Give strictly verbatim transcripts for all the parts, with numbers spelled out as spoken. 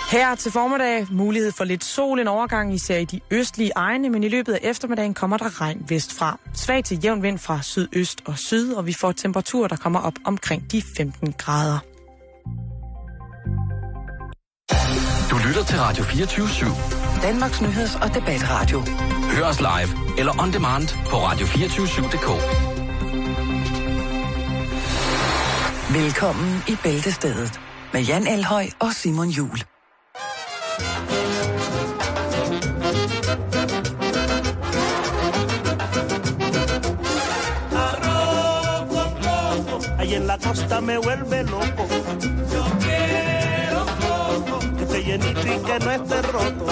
Her til formiddag mulighed for lidt sol en overgang, især i de østlige egne, men i løbet af eftermiddagen kommer der regn vestfra. Svag til jævn vind fra sydøst og syd, og vi får temperaturer, der kommer op omkring de femten grader. Du lytter til Radio fireogtyve syv. Danmarks nyheds- og debatradio. Hør os live eller on demand på radio to fire syv punktum d k. Velkommen i Bæltestedet med Jan Elhøj og Simon Juhl. Ahí en la costa me vuelve loco. Yo quiero coco, que esté llenito y que no esté roto.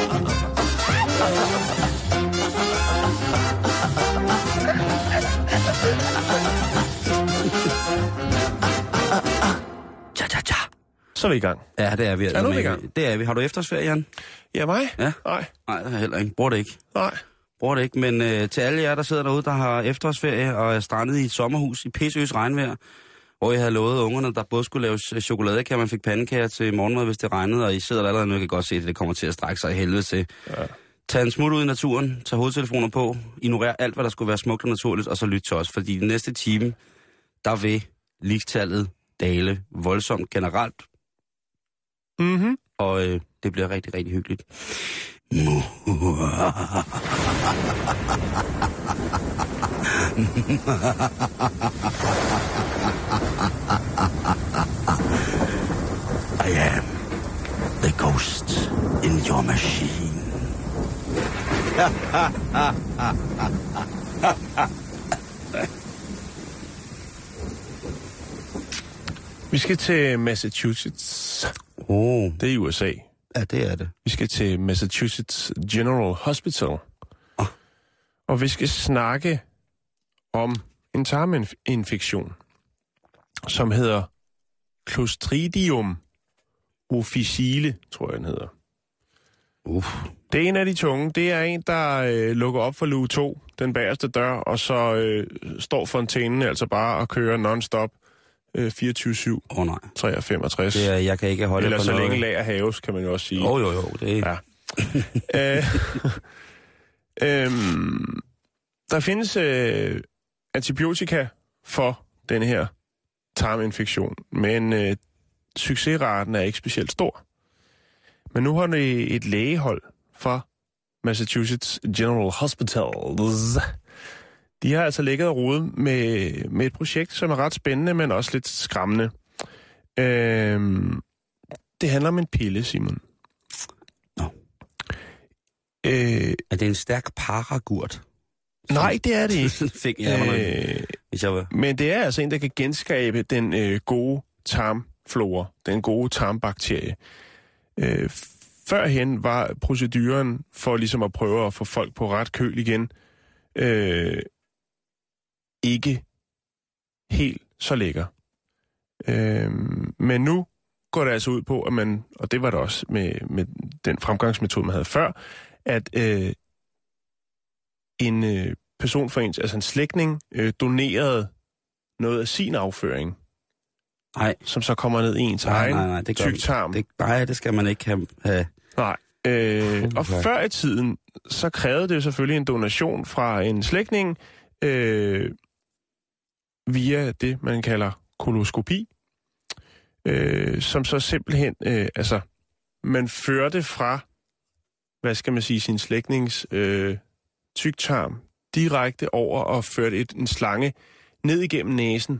Cha, cha, cha. Så er vi i gang. Ja, det er vi. Er nu i gang? Det er vi. Har du efterårsferie, Jan? Ja, mig? Ja. Nej. Nej, det har jeg heller ikke. Bruger det ikke. Nej. Bruger det ikke, men øh, til alle jer, der sidder derude, der har efterårsferie og er strandet i et sommerhus i pisseøs regnvejr, hvor jeg havde lovet ungerne, der både skulle laves chokoladekager, man fik pandekager til morgenmad, hvis det regnede, og I sidder der allerede nu, jeg kan godt se, at det kommer til at strække sig i helvede til. Ja. Tag en smut ud i naturen, tag hovedtelefoner på, ignorer alt, hvad der skulle være smukt og naturligt, og så lyt til os, fordi den næste time, der vil ligestallet dale voldsomt generelt. Mhm. Og øh, det bliver rigtig, rigtig hyggeligt. I am the ghost in your machine. Vi skal til Massachusetts. Oh. Det er i U S A. Ja, det er det. Vi skal til Massachusetts General Hospital. Oh. Og vi skal snakke om en tarminfektion, som hedder Clostridium difficile, tror jeg, den hedder. Uff. Det er en af de tunge. Det er en, der øh, lukker op for luge to, den bagerste dør, og så øh, står fontænen altså bare og kører non-stop øh, fireogtyve syv. Åh oh, nej. tre og femogtres. Det er, jeg kan ikke holde Eller på så noget. længe lager haves, kan man jo også sige. Jo, jo, jo. Det er... Ja. øh, øhm, der findes øh, antibiotika for denne her tarminfektion, men øh, succesraten er ikke specielt stor. Men nu har de et lægehold fra Massachusetts General Hospital. De har altså ligget og rodet med, med et projekt, som er ret spændende, men også lidt skræmmende. Øhm, det handler om en pille, Simon. Nå. Øh, er det en stærk paragurt? Nej, det er det ikke. Fik jeg, øh, hvis jeg var... Men det er altså en, der kan genskabe den øh, gode tarmflora, den gode tarmbakterie. Øh, førhen var proceduren for ligesom at prøve at få folk på ret køl igen, øh, ikke helt så lækker. Øh, men nu går det altså ud på, at man, og det var det også med, med den fremgangsmetode, man havde før, at øh, en øh, person for ens, altså en slægtning, øh, donerede noget af sin afføring. Nej. Som så kommer ned i ens nej, egen nej, nej, det tyktarm. Det, nej, det skal man ikke have. have. Nej. Øh, og før i tiden, så krævede det jo selvfølgelig en donation fra en slægtning øh, via det, man kalder koloskopi, øh, som så simpelthen, øh, altså, man førte fra, hvad skal man sige, sin slægtnings øh, tyktarm direkte over og førte et, en slange ned igennem næsen.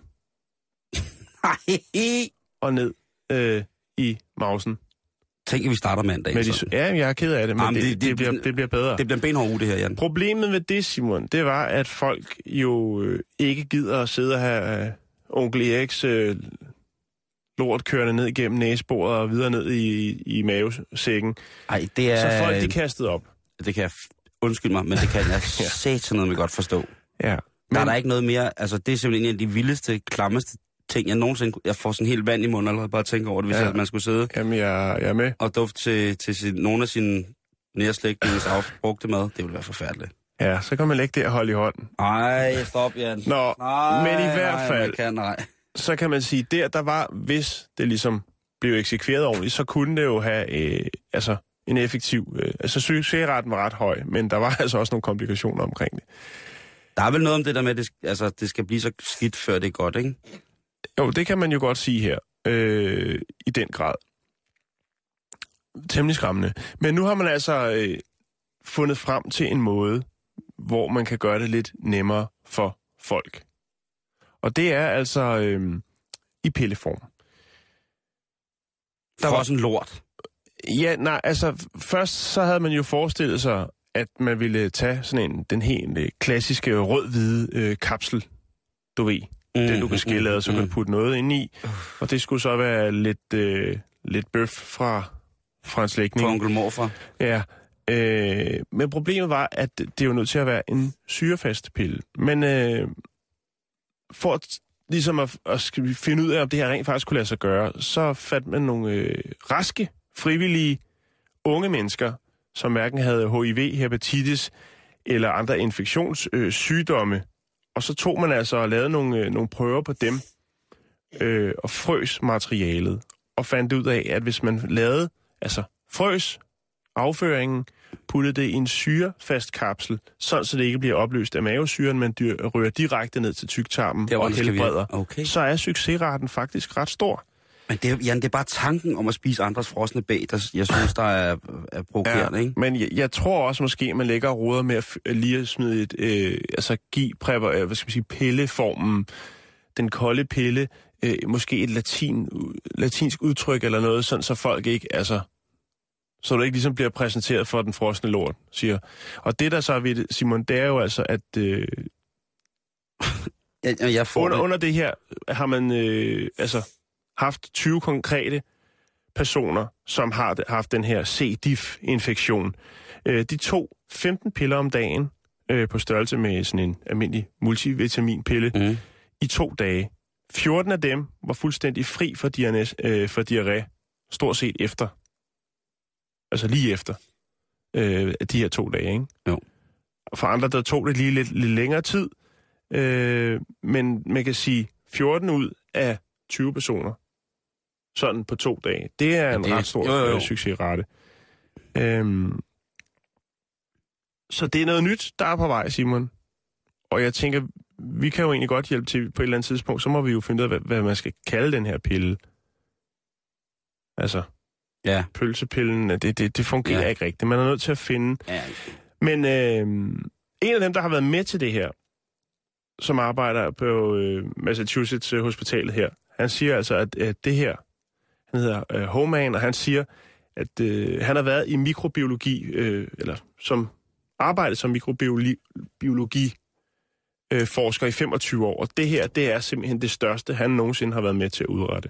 og ned øh, i mausen. Tænk, at vi starter mandag. Med de, ja, jeg er ked af det, men Jamen, det, det, det, det, bliver, det bliver bedre. Det bliver en benhård uge, det her, Jan. Problemet med det, Simon, det var, at folk jo øh, ikke gider at sidde og have øh, onkel Eriks øh, lort kørende ned igennem næsebordet og videre ned i, i mavesækken. Ej, det er... Så folk, de kastede op. Det kan jeg... Undskyld mig, men det kan jeg ja. Satan noget med godt forstå. Ja. Men... Der er der ikke noget mere... Altså, det er simpelthen en af de vildeste, klammeste ting, jeg nogensinde... Jeg får sådan helt vand i munden allerede bare at tænke over det, hvis ja. jeg, man skulle sidde... Jamen, jeg, jeg er med. Og dufte til, til sin, nogle af sine nærslægtningens afbrugte mad. Det ville være forfærdeligt. Ja, så kan man lægge det og holde i hånden. Ej, stop, Jan. Nå, nej, men i hvert fald... Nej, kan, nej. Så kan man sige, der, der var, hvis det ligesom blev eksekveret ordentligt, så kunne det jo have øh, altså en effektiv... Øh, altså succesraten var ret høj, men der var altså også nogle komplikationer omkring det. Der er vel noget om det der med, at det, altså, det skal blive så skidt, før det er godt, ikke? Jo, det kan man jo godt sige her. Øh, I den grad. Temmelig skræmmende. Men nu har man altså øh, fundet frem til en måde, hvor man kan gøre det lidt nemmere for folk. Og det er altså øh, i pilleform. Der var sådan lort. Ja, nej, altså først så havde man jo forestillet sig, at man ville tage sådan en, den helt øh, klassiske rød-hvide øh, kapsel, du ved. Mm, den du kan skille ad, så mm, kan du putte noget ind i. Og det skulle så være lidt, øh, lidt bøf fra, fra en slægtning. Fra onkel morfar. Ja, øh, men problemet var, at det er jo nødt til at være en syrefast pille. Men øh, for at, ligesom at, at finde ud af, om det her rent faktisk kunne lade sig gøre, så fandt man nogle øh, raske, frivillige, unge mennesker, som hverken havde H I V, hepatitis eller andre infektionssygdomme. Øh, og så tog man altså og lavede nogle, øh, nogle prøver på dem øh, og frøs materialet. Og fandt ud af, at hvis man lavede, altså frøs afføringen, puttede det i en syrefast kapsel, sådan så det ikke bliver opløst af mavesyren, men dyr, rører direkte ned til tyktarmen og helbreder, okay. Så er succesraten faktisk ret stor. Men det, Jan, det er bare tanken om at spise andres frosne bag, der jeg synes, der er, er provokerende, ja, ikke? Men jeg, jeg tror også måske, at man lægger og roder med at lige at smide et, øh, altså give præpper, øh, hvad skal man sige, pilleformen, den kolde pille, øh, måske et latin, latinsk udtryk eller noget, sådan så folk ikke, altså, så det ikke ligesom bliver præsenteret for den frosne lort, siger. Og det der så er ved det, Simon, det er jo altså, at øh, jeg, jeg får under, det. under det her har man, øh, altså, haft tyve konkrete personer, som har haft den her C. diff-infektion. De tog femten piller om dagen øh, på størrelse med sådan en almindelig multivitaminpille mm. i to dage. fjorten af dem var fuldstændig fri for, diarré, øh, for diarré, stort set efter. Altså lige efter øh, de her to dage, ikke? Jo. For andre, der tog det lige lidt, lidt længere tid, øh, men man kan sige fjorten ud af tyve personer, sådan på to dage. Det er en ja, det, ret stor jo, jo. succesrate. Øhm, så det er noget nyt, der er på vej, Simon. Og jeg tænker, vi kan jo egentlig godt hjælpe til på et eller andet tidspunkt. Så må vi jo finde ud af, hvad, hvad man skal kalde den her pille. Altså, ja. Pølsepillen, det, det, det fungerer ja. ikke rigtigt. Man er nødt til at finde. Ja. Men øhm, en af dem, der har været med til det her, som arbejder på øh, Massachusetts øh, hospitalet her, han siger altså, at, at det her, han hedder øh, Homan, og han siger, at øh, han har været i mikrobiologi, øh, eller som arbejdet som mikrobiologi øh, forsker i femogtyve år, og det her, det er simpelthen det største, han nogensinde har været med til at udrette.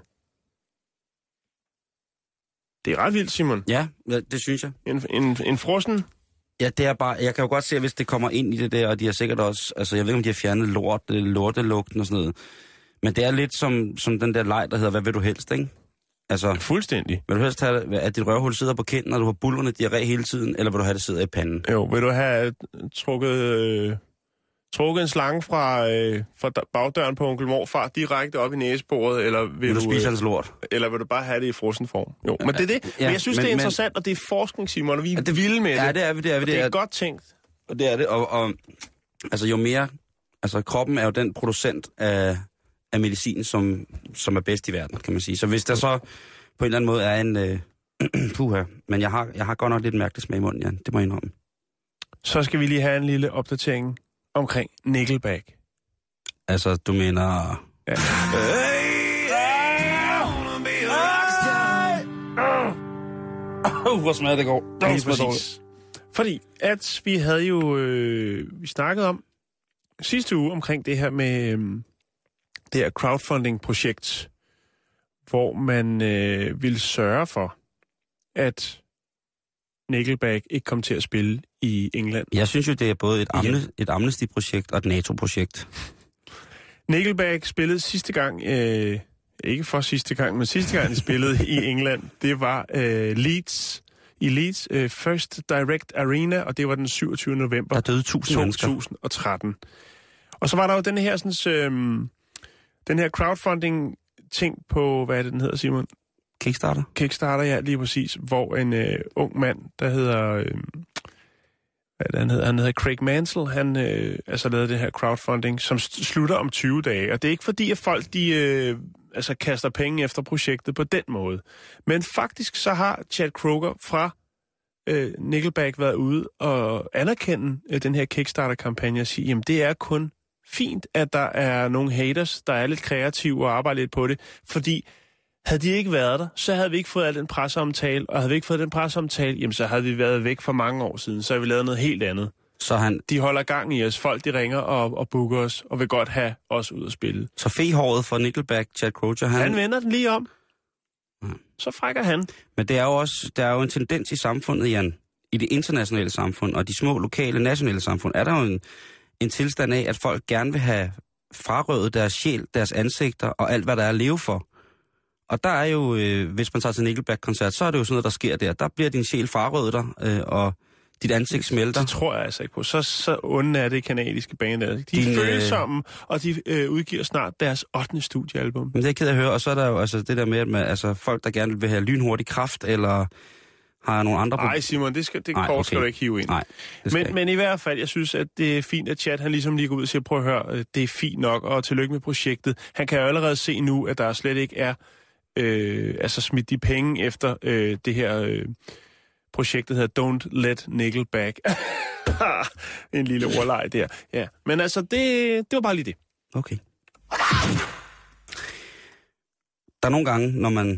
Det er ret vildt, Simon. Ja, det synes jeg. En, en, en frossen... Ja, det er bare, jeg kan jo godt se, hvis det kommer ind i det der, og de har sikkert også, altså jeg ved ikke, om de har fjernet lort, lortelugten og sådan noget, men det er lidt som, som den der leg, der hedder, hvad vil du helst, ikke? Altså, fuldstændig. Vil du helst have, at dit røvhul sidder på kinden, og du har bulverne diarré hele tiden, eller vil du have, det sidder i panden? Jo, vil du have trukket, øh, trukket en slange fra, øh, fra bagdøren på onkel morfar direkte op i næsebordet, eller vil, vil du, du spise øh, hans lort? Eller vil du bare have det i frossen form? Jo, men det er det. Ja, men jeg synes, men, det er interessant, men, og det er forskning, Simon, og vi er det, vilde med det. Ja, det er vi, det er vi. Det, det er er godt tænkt. Og det er det, og, og altså jo mere, altså kroppen er jo den producent af, af medicin, som, som er bedst i verden, kan man sige. Så hvis der så på en eller anden måde er en, øh, puha, men jeg har, jeg har godt nok lidt mærkeligt smag i munden, Jan, det må jeg indrømme. Så skal vi lige have en lille opdatering omkring Nickelback. Altså, du mener... Ja. Uh, hvor smager det går. Det er præcis. Fordi at vi havde jo... Øh, vi snakkede om sidste uge omkring det her med øh, det her crowdfunding-projekt, hvor man øh, ville sørge for, at Nickelback ikke kom til at spille i England. Jeg synes jo, det er både et, amne, et Amnesty-projekt og et NATO-projekt. Nickelback spillede sidste gang, øh, ikke for sidste gang, men sidste gang de spillede i England, det var øh, Leeds, i Leeds øh, First Direct Arena, og det var den syvogtyvende november der døde tusind to tusind og tretten. Og så var der jo den her, sådan, øh, den her crowdfunding ting på, hvad er det, den hedder, Simon? Kickstarter? Kickstarter, ja, lige præcis. Hvor en øh, ung mand, der hedder... Øh, hvad det, han hedder? Han hedder Craig Mansell. Han øh, altså lavet det her crowdfunding, som slutter om tyve dage. Og det er ikke fordi, at folk de, øh, altså kaster penge efter projektet på den måde. Men faktisk så har Chad Kroeger fra øh, Nickelback været ude og anerkende øh, den her Kickstarter-kampagne og sige, jamen det er kun fint, at der er nogle haters, der er lidt kreative og arbejder lidt på det, fordi havde de ikke været der, så havde vi ikke fået al den presseomtale, og havde vi ikke fået den presseomtale, jamen så havde vi været væk for mange år siden, så havde vi lavet noget helt andet. Så han... De holder gang i os, folk de ringer og, og booker os, og vil godt have os ud at spille. Så fehåret for Nickelback, Chad Kroeger, han... Han vender den lige om. Ja. Så frækker han. Men det er jo også, der er jo en tendens i samfundet, Jan, i det internationale samfund, og de små, lokale, nationale samfund, er der jo en, en tilstand af, at folk gerne vil have frarøvet deres sjæl, deres ansigter og alt, hvad der er at leve for. Og der er jo, øh, hvis man tager til Nickelback-koncert, så er det jo sådan noget, der sker der. Der bliver din sjæl frarøvet dig, øh, og dit ansigt smelter. Det tror jeg altså ikke på. Så, så onde er det kanadiske band. De Din, er følsomme, og de øh, udgiver snart deres ottende studiealbum. Men det er ked at høre. Og så er der jo altså det der med, at man, altså, folk, der gerne vil have lynhurtig kraft, eller har nogle andre... Nej, Simon, det, skal, det kort okay. skal du ikke hive ind. Nej, men, men i hvert fald, jeg synes, at det er fint, at Chad han ligesom lige går ud og siger, prøv at høre, det er fint nok, og tillykke med projektet. Han kan jo allerede se nu, at der slet ikke er øh, altså smidt de penge efter øh, det her... Øh, projektet hedder Don't Let Nickelback. En lille ordleg der. Ja. Men altså, det, det var bare lige det. Okay. Der er nogle gange, når man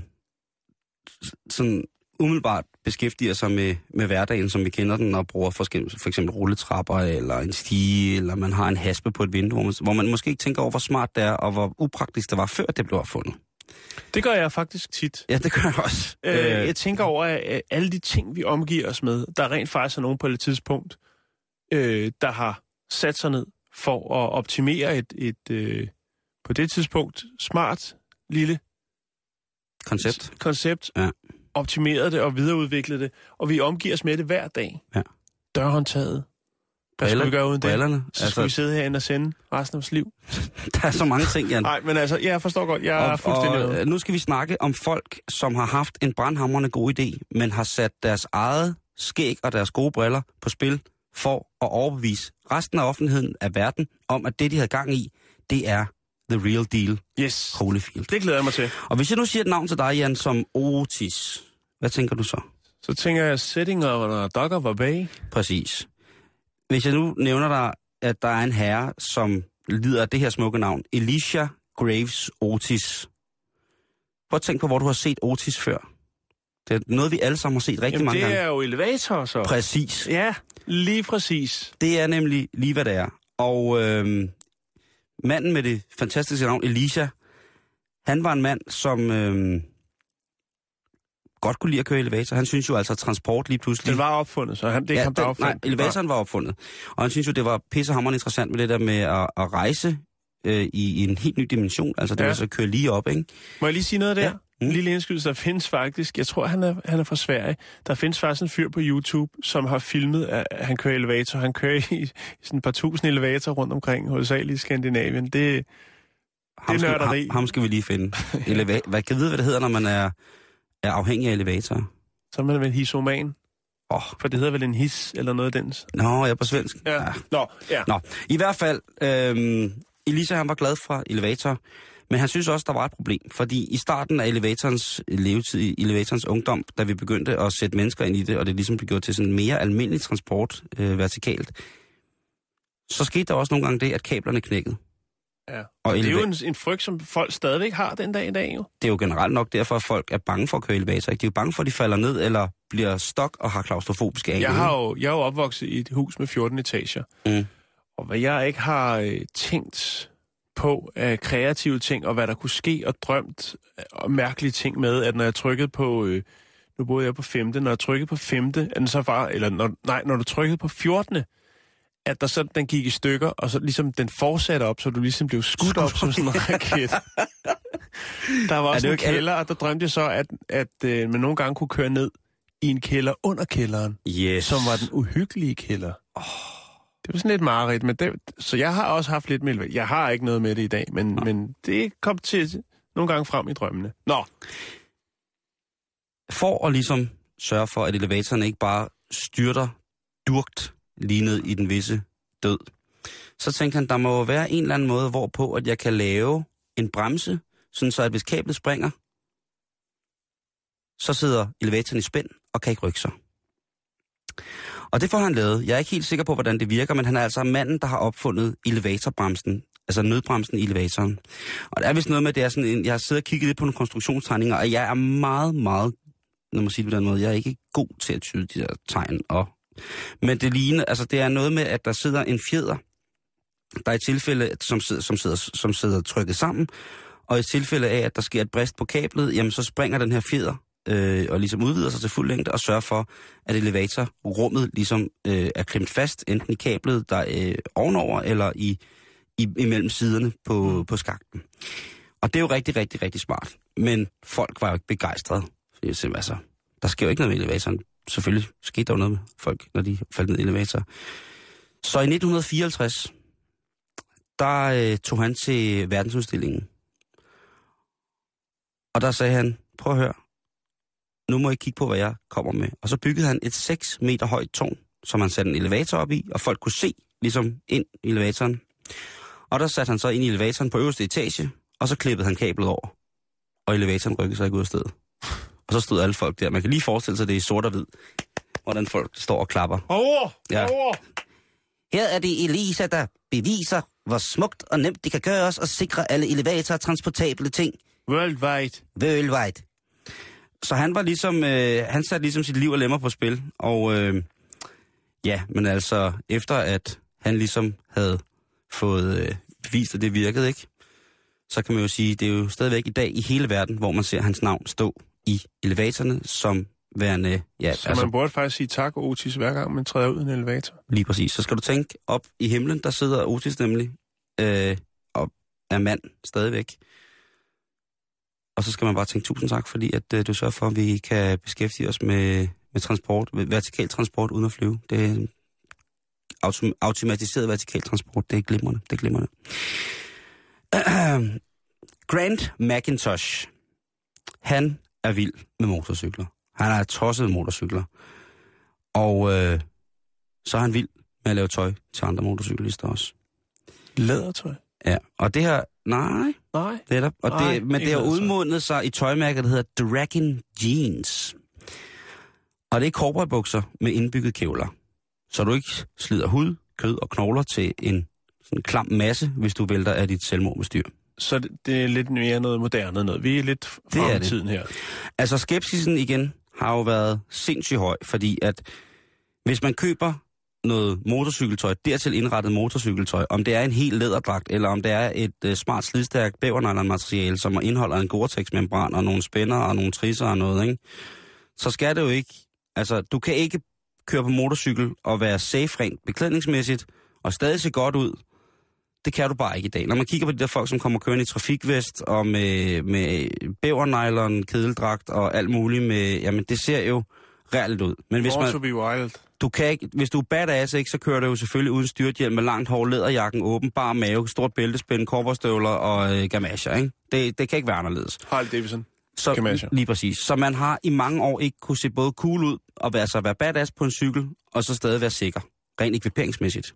sådan umiddelbart beskæftiger sig med, med hverdagen, som vi kender den, og bruger for, for eksempel rulletrapper, eller en stige, eller man har en haspe på et vindue, hvor man, hvor man måske ikke tænker over, hvor smart det er, og hvor upraktisk det var, før det blev opfundet. Det gør jeg faktisk tit. Ja, det gør jeg også. Øh, jeg tænker over, at alle de ting, vi omgiver os med, der rent faktisk er nogen på et tidspunkt, øh, der har sat sig ned for at optimere et, et øh, på det tidspunkt, smart, lille koncept. koncept ja. Optimeret det og videreudviklet det, og vi omgiver os med det hver dag. Ja. Dørhåndtaget. Hvad skal vi gøre uden det? Brillerne. Så skal altså... vi sidde herinde og sende resten af vores liv. Der er så mange ting, Jan. Nej, men altså, jeg forstår godt. Jeg og, er fuldstændig og, og nu skal vi snakke om folk, som har haft en brandhamrende god idé, men har sat deres eget skæg og deres gode briller på spil for at overbevise resten af offentligheden af verden om, at det, de havde gang i, det er the real deal. Yes. Holyfield. Det glæder jeg mig til. Og hvis jeg nu siger et navn til dig, Jan, som Otis, hvad tænker du så? Så tænker jeg Sitting on a Dock of a Bay. Præcis. Hvis jeg nu nævner dig, at der er en herre, som lider af det her smukke navn, Elisha Graves Otis. Prøv at tænke på, hvor du har set Otis før. Det er noget, vi alle sammen har set rigtig Jamen, mange gange. det er jo Elevator, så. Præcis. Ja, lige præcis. Det er nemlig lige, hvad det er. Og øhm, manden med det fantastiske navn, Elisha, han var en mand, som... Øhm, godt kunne lide at køre elevator. Han synes jo altså, at transport lige pludselig... Den var opfundet, så han, det ja, kom der den, opfundet. Nej, elevatoren var opfundet. Og han synes jo, det var pissehammerende interessant med det der med at, at rejse øh, i, i en helt ny dimension. Altså det ja. var så at køre lige op, ikke? Må jeg lige sige noget der? Ja. Mm. En lille indskydelse, der findes faktisk... Jeg tror, han er, han er fra Sverige. Der findes faktisk en fyr på YouTube, som har filmet, at han kører elevator. Han kører i, i sådan et par tusind elevator rundt omkring, hovedsageligt i Skandinavien. Det, ham det er nørderi. Ham, ham skal vi lige finde. Eleva- hvad kan vide, hvad det hedder, når man er... er afhængig af elevator. Så er man vel hisoman. Oh. For det hedder vel en his, eller noget af dens. Nå, jeg er på svensk. Ja. Ja. Nå, ja. Nå, i hvert fald, øhm, Elisa, han var glad for elevator, men han synes også, der var et problem. Fordi i starten af elevatorens levetid, i elevatorens ungdom, da vi begyndte at sætte mennesker ind i det, og det ligesom blev gjort til sådan mere almindelig transport øh, vertikalt, så skete der også nogle gange det, at kablerne knækkede. Ja. Og det er jo en, en frygt, som folk stadigvæk har den dag i dag, jo. Det er jo generelt nok derfor, at folk er bange for at køre elevator. Ikke? De er jo bange for, at de falder ned eller bliver stok og har klaustrofobiske anker. Jeg, har jo, jeg er jo opvokset i et hus med fjorten etager. Mm. Og hvad jeg ikke har øh, tænkt på af kreative ting, og hvad der kunne ske, og drømt og mærkelige ting med, at når jeg trykkede på... Øh, nu boede jeg på femte. Når jeg trykkede på femte, at den så var... Eller når, nej, når du trykkede på fjortende, at der så den gik i stykker, og så ligesom den fortsatte op, så du ligesom blev skudt op som sådan en raket. Der var også en kælder, og der drømte jeg så, at, at øh, man nogle gange kunne køre ned i en kælder under kælderen, yes. som var den uhyggelige kælder. Oh. Det var sådan lidt mareridt, men det, så jeg har også haft lidt med. Jeg har ikke noget med det i dag, men, men det kom til nogle gange frem i drømmene. Nå. for at ligesom sørge for, at elevatoren ikke bare styrter durkt lige ned i den visse død, så tænkte han, der må være en eller anden måde, hvorpå at jeg kan lave en bremse, sådan så at hvis kablet springer, så sidder elevatoren i spænd og kan ikke rykke sig. Og det får han lavet. Jeg er ikke helt sikker på, hvordan det virker, men han er altså manden, der har opfundet elevatorbremsen, altså nødbremsen i elevatoren. Og der er vist noget med, det er sådan en, jeg har siddet og kigget lidt på nogle konstruktionstegninger, og jeg er meget, meget, når man siger det på den måde, jeg er ikke god til at tyde de der tegn. Og, men det ligner, altså det er noget med, at der sidder en fjeder, der er i tilfælde, som sidder, som sidder, som sidder trykket sammen, og i tilfælde af, at der sker et brist på kablet, jamen så springer den her fjeder, øh, og ligesom udvider sig til fuld længde, og sørger for, at elevatorrummet ligesom øh, er klemt fast, enten i kablet, der er øh, ovenover, eller i, i, imellem siderne på, på skakten. Og det er jo rigtig, rigtig, rigtig smart. Men folk var jo ikke begejstrede. Fordi altså, der sker jo ikke noget med elevatoren. Selvfølgelig skete der jo noget med folk, når de faldt ned i elevator. Så i nitten fireoghalvtreds, der øh, tog han til verdensudstillingen. Og der sagde han, prøv at høre, nu må I kigge på, hvad jeg kommer med. Og så byggede han et seks meter højt tårn, som han satte en elevator op i, og folk kunne se ligesom ind i elevatoren. Og der satte han så ind i elevatoren på øverste etage, og så klippede han kablet over. Og elevatoren rykkede sig ikke ud af stedet. Og så stod alle folk der. Man kan lige forestille sig det i sort og hvid, hvordan folk står og klapper. Over! Ja. Over! Her er det Elisa, der beviser, hvor smukt og nemt det kan gøres og sikre alle elevatorer transportable ting. Worldwide. Worldwide. Så han var ligesom, øh, han satte ligesom sit liv og lemmer på spil. Og øh, ja, men altså, efter at han ligesom havde fået øh, bevist, at det virkede, ikke? Så kan man jo sige, det er jo stadigvæk i dag i hele verden, hvor man ser hans navn stå i elevatorerne som værende... Ja, så altså, man burde faktisk sige tak, Otis, hver gang man træder ud i en elevator. Lige præcis. Så skal du tænke, op i himlen, der sidder Otis nemlig, øh, og er mand stadigvæk. Og så skal man bare tænke tusind tak, fordi at øh, du sørger for, at vi kan beskæftige os med, med transport, vertikal transport uden at flyve. Det er autom- automatiseret vertikal transport. Det er glimrende. Det er glimrende. Grant McIntosh, han er vild med motorcykler. Han er tosset med motorcykler. Og øh, så er han vild med at lave tøj til andre motorcyklister også. Lædertøj? Ja, og det her... Nej. Nej. Det er der, og Nej, det, men det har udmundet sig i tøjmærket, der hedder Dragon Jeans. Og det er cowboybukser med indbygget kævler. Så du ikke slider hud, kød og knogler til en sådan klam masse, hvis du vælter af dit selvmordbestyr. Så det, det er lidt mere noget moderne noget. Vi er lidt frem i tiden her. Altså skepsisen igen har jo været sindssygt høj, fordi at hvis man køber noget motorcykeltøj, dertil indrettet motorcykeltøj, om det er en helt læderdragt, eller om det er et uh, smart slidstærkt bævernylonmateriale, som indeholder en Gore-Tex-membran og nogle spænder og nogle trisser og noget, ikke? Så skal det jo ikke... Altså, du kan ikke køre på motorcykel og være safe rent beklædningsmæssigt, og stadig se godt ud. Det kan du bare ikke i dag. Når man kigger på de der folk, som kommer kørende i trafikvest, og med, med bævernylon, kedeldragt og alt muligt, med, jamen det ser jo reelt ud. Men hvis man... to be wild. Du kan ikke, hvis du er badass, ikke, så kører du jo selvfølgelig uden styrthjelm med langt hår, læderjakken åben, bar mave, stort bæltespænd, kobberstøvler og øh, gamasjer, ikke? Det, det kan ikke være anderledes. Harley Davidson. Så, gamasjer. Lige præcis. Så man har i mange år ikke kunne se både cool ud og være, så være badass på en cykel, og så stadig være sikker. Rent ekviperingsmæssigt.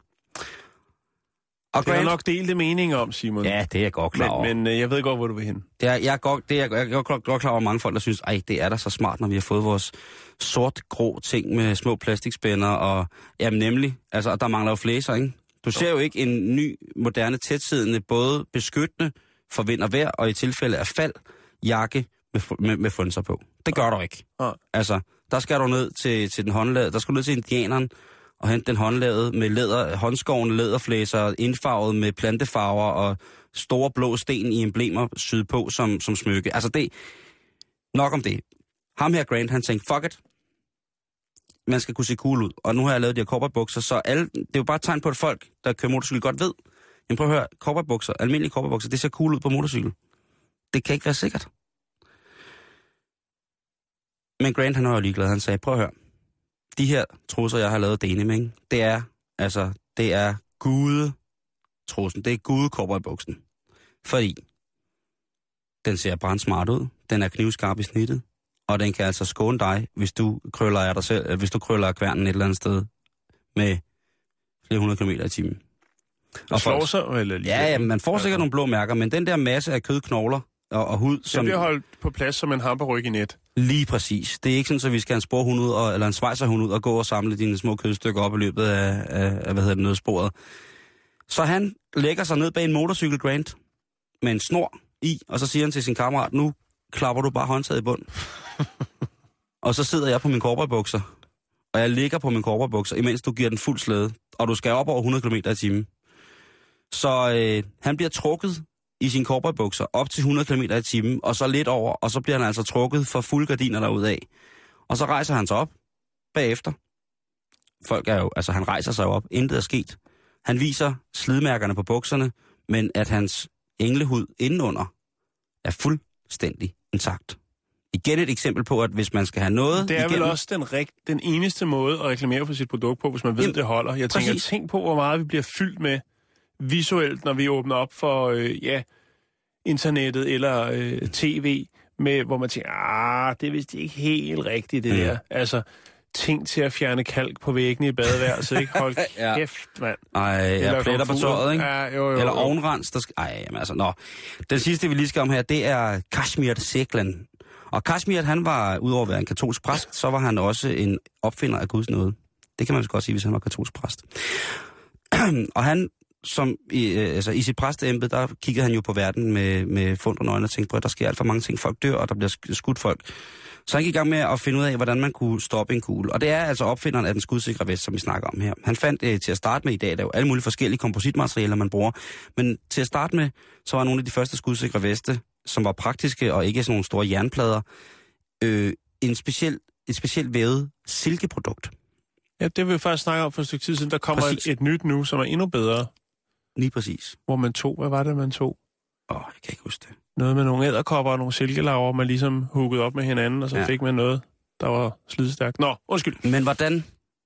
Og det er nok delte meninger om, Simon. Ja, det er jeg godt klar over. Men, men øh, jeg ved godt, hvor du vil hen. Det er, jeg, er godt, det er, jeg er godt, godt klar over mange folk, der synes, ej, det er da så smart, når vi har fået vores sort-grå ting med små plastikspænder, og jamen nemlig, altså, der mangler jo flæser, ikke? Du ser jo ikke en ny, moderne, tætsiddende, både beskyttende for vind og vejr, og i tilfælde af fald, jakke med, med, med frynser på. Det gør du ikke. Ja. Altså, der skal du ned til, til den håndlavede, der skal du ned til indianeren, og hente den håndlavede med læder, håndskovne læderflæser, indfarvet med plantefarver og store blå sten i emblemer syet på som, som smykke. Altså det, nok om det. Ham her, Grant, han tænkte, fuck it. Man skal kunne se cool ud. Og nu har jeg lavet de her cowboybukser, så alle, det er jo bare et tegn på, at folk, der kører motorcykel, godt ved. Jamen prøv at høre, cowboybukser, almindelige cowboybukser, det ser cool ud på motorcykel. Det kan ikke være sikkert. Men Grant, han var jo ligeglad. Han sagde, prøv at høre. De her trusser, jeg har lavet denim, ikke? Det er, altså, det er gude-trussen. Det er gude-cowboybuksen. Fordi den ser brandsmart ud. Den er knivskarp i snittet. Og den kan altså skåne dig, hvis du krøller af dig selv, eller hvis du krøller af kværnen et eller andet sted med flere hundrede kilometer i timen. Og slår sig, eller lige? Ja, ja, man får sikkert ja. nogle blå mærker, men den der masse af kød, knogler og, og hud... Som bliver holdt på plads som en hamperryg i net. Lige præcis. Det er ikke sådan, at vi skal have en sporhund ud, og, eller en svejserhund ud og gå og samle dine små kødstykker op i løbet af, af, af hvad hedder det, nødsporet. Så han lægger sig ned bag en motorcykel Grand med en snor i, og så siger han til sin kammerat, nu klapper du bare håndtaget i bund. Og så sidder jeg på min cowboybukser, og jeg ligger på min cowboybukser, imens du giver den fuld slæde, og du skal op over hundrede kilometer i timen. Så øh, han bliver trukket i sine cowboybukser op til hundrede kilometer i timen, og så lidt over, og så bliver han altså trukket for fulde gardiner derudad. Og så rejser han sig op bagefter. Folk er jo, altså han rejser sig op, intet er sket. Han viser slidmærkerne på bukserne, men at hans englehud indenunder er fuldstændig intakt. Igen et eksempel på, at hvis man skal have noget... Det er igennem... vel også den, rigt, den eneste måde at reklamere for sit produkt på, hvis man ved, Jamen, det holder. Jeg tænker, præcis. Tænk på, hvor meget vi bliver fyldt med visuelt, når vi åbner op for øh, ja, internettet eller øh, tv, med, hvor man tænker, ah, det er vist ikke helt rigtigt, det mm. der. Altså, ting til at fjerne kalk på væggen i badeværelset, ikke? Hold ja. kæft, mand. Ej, jeg pletter på tøjet, ikke? Ja, jo, jo, eller jo. ovenrens, der skal... Ej, jamen altså, nå. Den sidste, vi lige skal om her, det er Kashmir Seklan. Og Kashmir, han var, udover at være en katolsk præst, så var han også en opfinder af Guds nåde. Det kan man godt sige, hvis han var katolsk præst. Og han, som i, altså, i sit præsteembe, der kiggede han jo på verden med, med fund og øjne og tænkte på, at der sker alt for mange ting. Folk dør, og der bliver skudt folk. Så han gik i gang med at finde ud af, hvordan man kunne stoppe en kugle. Og det er altså opfinderen af den skudsikre vest, som vi snakker om her. Han fandt eh, til at starte med i dag, der er jo alle mulige forskellige kompositmaterialer, man bruger. Men til at starte med, så var nogle af de første skudsikre veste, som var praktiske og ikke sådan nogle store jernplader, øh, en speciel, et specielt vævet silkeprodukt. Ja, det vil vi faktisk snakke om for et stykke tid siden. Der kommer et, et nyt nu, som er endnu bedre. Lige præcis. Hvor man tog, hvad var det, man tog? Åh, oh, jeg kan ikke huske det. Noget med nogle edderkopper og nogle silkelaver, man ligesom huggede op med hinanden, og så ja. fik man noget, der var slidstærkt. Nå, undskyld. Men hvordan,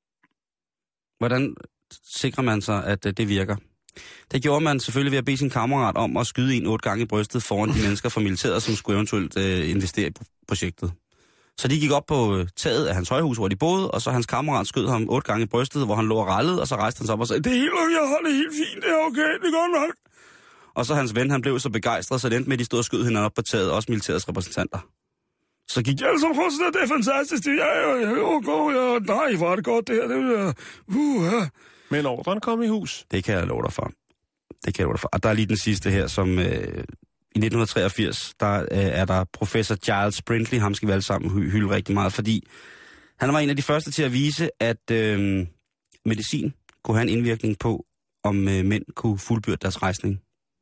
hvordan sikrer man sig, at det virker? Det gjorde man selvfølgelig ved at bede sin kammerat om at skyde en otte gange i brystet foran de mennesker fra militæret, som skulle eventuelt øh, investere i projektet. Så de gik op på taget af hans højhus, hvor de boede, og så hans kammerat skød ham otte gange i brystet, hvor han lå og rallede, og så rejste han sig op og sagde, det er helt okay, jeg har det helt fint, det er okay, det er godt nok. Og så hans ven, han blev så begejstret, så det endte med, at de stod og skød hinanden op på taget, også militærets repræsentanter. Så gik jeg altså prøv sådan, det er fantastisk, det er jo, jo, jo, ja, nej, hvor er det godt, det her, det er, uh, ja. Men ordren kom i hus. Det kan jeg love dig for. Det kan jeg love dig for. Og der er lige den sidste her, som øh, i nitten treogfirs, der øh, er der professor Giles Brindley, ham skal vi alle sammen hy- hylde rigtig meget, fordi han var en af de første til at vise, at øh, medicin kunne have en indvirkning på, om øh, mænd kunne fuldbyrde deres rejsning.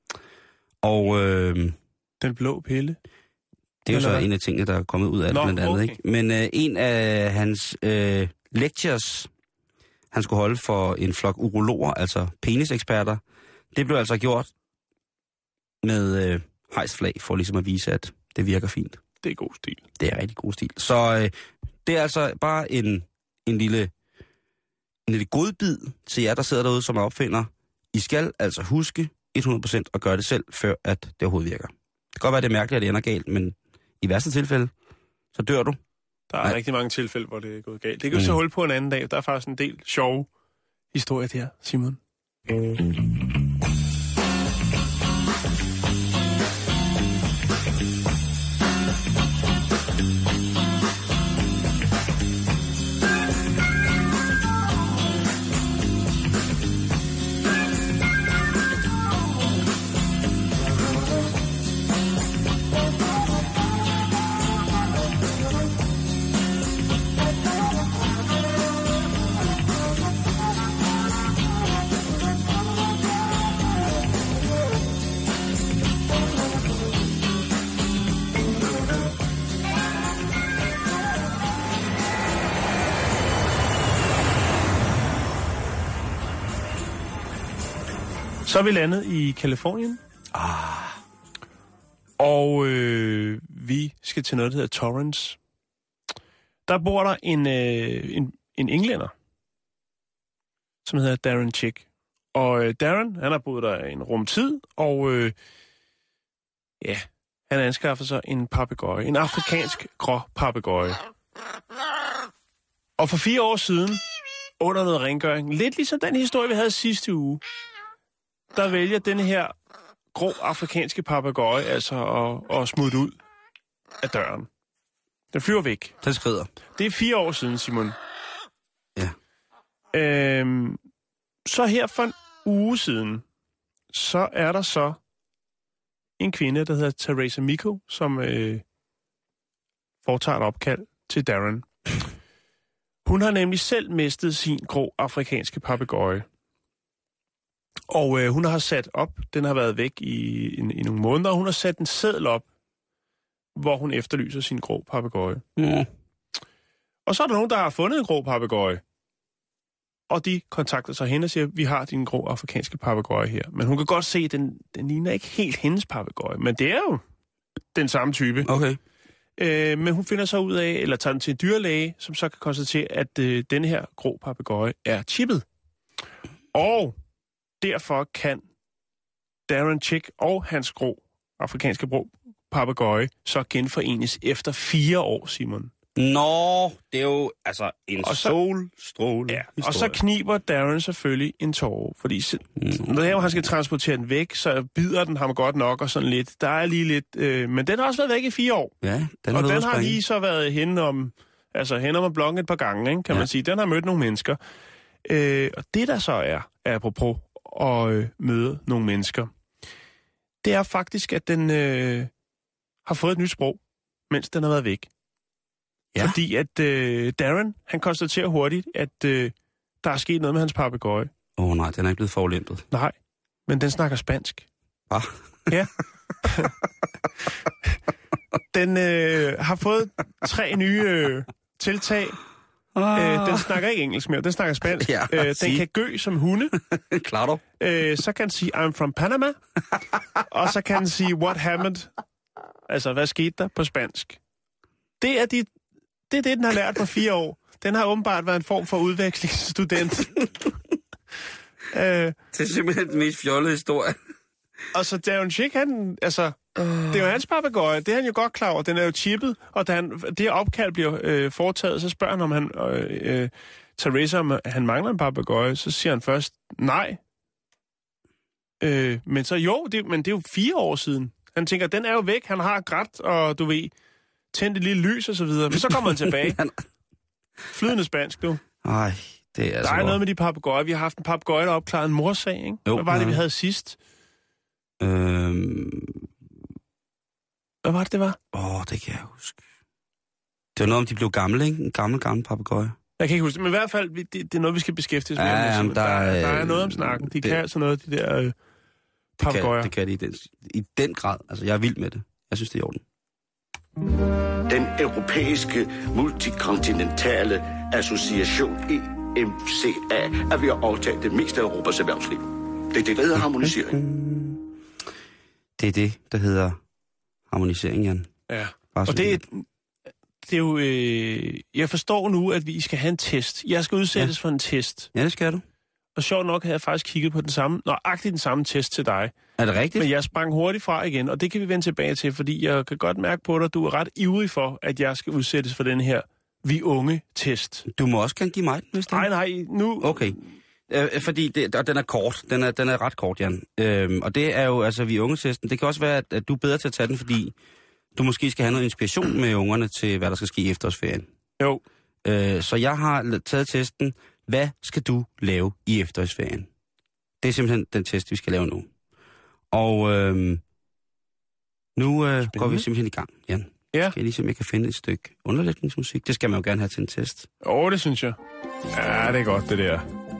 Og øh, den blå pille? Det er jo så en af tingene, der er kommet ud af Nå, det blandt andet. Okay. Ikke? Men øh, en af hans øh, lectures, han skulle holde for en flok urologer, altså peniseksperter, det blev altså gjort med øh, hejsflag, for ligesom at vise, at det virker fint. Det er god stil. Det er rigtig god stil. Så øh, det er altså bare en, en lille en lille godbid til jer, der sidder derude, som er opfinder. I skal altså huske hundrede procent at gøre det selv, før at det overhovedet virker. Det kan godt være, det er mærkeligt, at det ender galt, men i værste tilfælde, så dør du. Der er Nej. rigtig mange tilfælde, hvor det er gået galt. Det kan vi mm. så holde på en anden dag. Der er faktisk en del sjove historier der, Simon. Så er vi landet i Californien. Ah. Og øh, vi skal til noget, der hedder Torrance. Der bor der en, øh, en, en englænder, som hedder Darren Chick. Og øh, Darren, han har boet der en rum tid, og øh, ja, Han anskaffer sig en papegøje. En afrikansk grå papegøje. Og for fire år siden, under noget rengøring, lidt ligesom den historie, vi havde sidste uge, der vælger denne her grå afrikanske papegøje altså at, at smutte ud af døren. Den flyver væk. Den skrider. Det er fire år siden, Simon. Ja. Øhm, så her for en uge siden, så er der så en kvinde, der hedder Teresa Miko, som øh, foretager et opkald til Darren. Hun har nemlig selv mistet sin grå afrikanske papegøje. Og øh, hun har sat op, den har været væk i, i, i nogle måneder, og hun har sat en seddel op, hvor hun efterlyser sin grå papegøje. Mm. Og så er der nogen, der har fundet en grå papegøje. Og de kontakter sig hende og siger, vi har din grå afrikanske papegøje her. Men hun kan godt se, at den, den ligner ikke helt hendes papegøje. Men det er jo den samme type. Okay. Øh, men hun finder så ud af, eller tager den til en dyrlæge, som så kan konstatere, at øh, den her grå papegøje er chippet. Og derfor kan Darren Chick og hans grå afrikanske grå papegøje så genforenes efter fire år, Simon. Nå, det er jo altså en og så, solstråle. Ja, og så kniber Darren selvfølgelig en tåre, fordi mm. når han skal transportere den væk, så bider den ham godt nok og sådan lidt. Der er lige lidt, øh, men den har også været væk i fire år. Ja, den og har den har lige så været henne om, altså hen om blokken et par gange, ikke, kan ja. man sige. Den har mødt nogle mennesker. Øh, og det der så er, er apropos at øh, møde nogle mennesker, det er faktisk, at den øh, har fået et nyt sprog, mens den har været væk. Ja. Fordi at øh, Darren, han konstaterer hurtigt, at øh, der er sket noget med hans papegøje. Åh oh, nej, den er ikke blevet forulæmpet. Nej, men den snakker spansk. Ah. Ja. Den øh, har fået tre nye øh, tiltag. Ah. Øh, den snakker ikke engelsk mere, den snakker spansk. Ja, øh, den sig. Kan gø som hunde. Klar dog. Øh, så kan den sige, I'm from Panama. Og så kan den sige, what happened? Altså, hvad skete der på spansk? Det er de Det er det, den har lært på fire år. Den har åbenbart været en form for udvekslingsstudent. øh, det er simpelthen den mest fjollede historie. Og så Darren Chick, han, altså, uh. det er jo hans papegøje. Det er han jo godt klar over. Den er jo chippet, og da han, det her opkald bliver øh, foretaget, så spørger han, om han, øh, øh, Teresa, om han mangler en papegøje. Så siger han først, nej. Øh, men så jo, det, men det er jo fire år siden. Han tænker, den er jo væk. Han har grædt, og du ved... tændt et lille lys og så videre. Men så kommer han tilbage. Flydende spansk, du. Ej, det er Der altså er godt. noget med de papegøjer. Vi har haft en papegøje, der opklarede en morsag, ikke? Jo, Hvad var det, ja. vi havde sidst? Øhm... Hvad var det, det var? Åh, oh, det kan jeg huske. Det var noget om, de blev gamle, ikke? En gammel, gammel papegøje. Jeg kan ikke huske det, men i hvert fald, det, det er noget, vi skal beskæftige os med. Ja, jamen, der, der, der, der er noget om snakken. De det, kan altså noget, de der øh, papegøjer. Det kan, det kan de i den, i den grad. Altså, jeg er vild med det. Jeg synes, det er i orden. Den europæiske multikontinentale association E M C A er ved at overtage det meste af Europas erhvervsliv. Det er det, der hedder harmonisering. Det er det, der hedder harmonisering, Jan. Ja, og det er, det er jo... Øh, jeg forstår nu, at vi skal have en test. Jeg skal udsættes ja. for en test. Ja, det skal du. Og sjovt nok havde jeg faktisk kigget på den samme, nøjagtigt den samme test til dig. Er det rigtigt? Men jeg sprang hurtigt fra igen, og det kan vi vende tilbage til, fordi jeg kan godt mærke på dig, at du er ret ivrig for, at jeg skal udsættes for den her vi unge-test. Du må også gerne give mig den, hvis det er. Nej, nej, nu... Okay. Øh, fordi det, og den er kort. Den er, den er ret kort, Jan. Øhm, og det er jo, altså, vi unge-testen. Det kan også være, at, at du er bedre til at tage den, fordi du måske skal have noget inspiration med ungerne til, hvad der skal ske i efterårsferien. Jo. Øh, så jeg har taget testen. Hvad skal du lave i efterårsferien? Det er simpelthen den test, vi skal lave nu. Og øh, nu øh, går vi simpelthen i gang, Jan. Ja. Skal jeg lige se, om jeg kan finde et stykke underlægningsmusik? Det skal man jo gerne have til en test. Åh, oh, det synes jeg. Ja, det er godt, det der.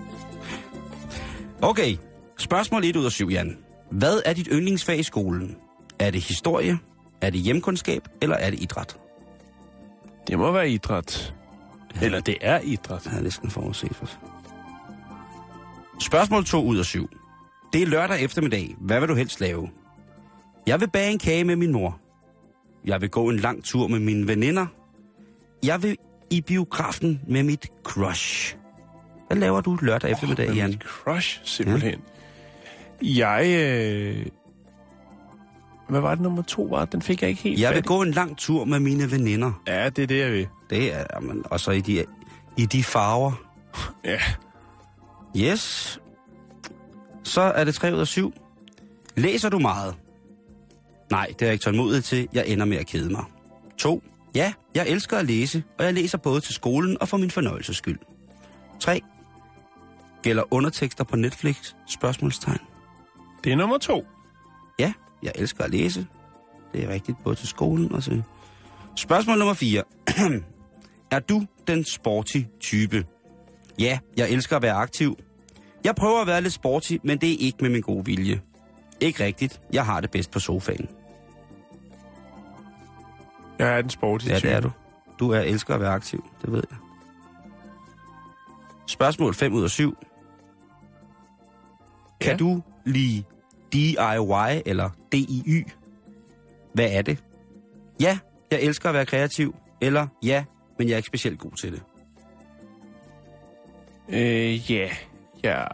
Okay, spørgsmål et ud af syv, Jan. Hvad er dit yndlingsfag i skolen? Er det historie, er det hjemkundskab, eller er det idræt? Det må være idræt. Ja. Eller det er idræt. Jeg har næsten forudset for. Spørgsmål to ud af syv. Det er lørdag eftermiddag. Hvad vil du helst lave? Jeg vil bage en kage med min mor. Jeg vil gå en lang tur med mine veninder. Jeg vil i biografen med mit crush. Hvad laver du lørdag oh, eftermiddag, Jan? Mit crush, simpelthen. Ja. Jeg... Øh... Hvad var det nummer to var? Den fik jeg ikke helt Jeg vil fat i. gå en lang tur med mine veninder. Ja, det er det, jeg vil. Det er, jamen, og så i de, i de farver. Ja. Yes. Så er det tre ud af syv. Læser du meget? Nej, det er jeg ikke tålmodig til. Jeg ender med at kede mig. to. Ja, jeg elsker at læse, og jeg læser både til skolen og for min fornøjelses skyld. tre. Gælder undertekster på Netflix? Spørgsmålstegn. Det er nummer to. Ja, jeg elsker at læse. Det er rigtigt, både til skolen og til... Spørgsmål nummer fire. Er du den sporty type? Ja, jeg elsker at være aktiv. Jeg prøver at være lidt sporty, men det er ikke med min gode vilje. Ikke rigtigt. Jeg har det bedst på sofaen. Jeg er den sporty Ja, type. det er du. Du er elsker at være aktiv, det ved jeg. Spørgsmål fem ud af syv. Kan Ja. du lide D I Y eller D I Y? Hvad er det? Ja, jeg elsker at være kreativ. Eller ja, men jeg er ikke specielt god til det. Øh, ja. Jeg...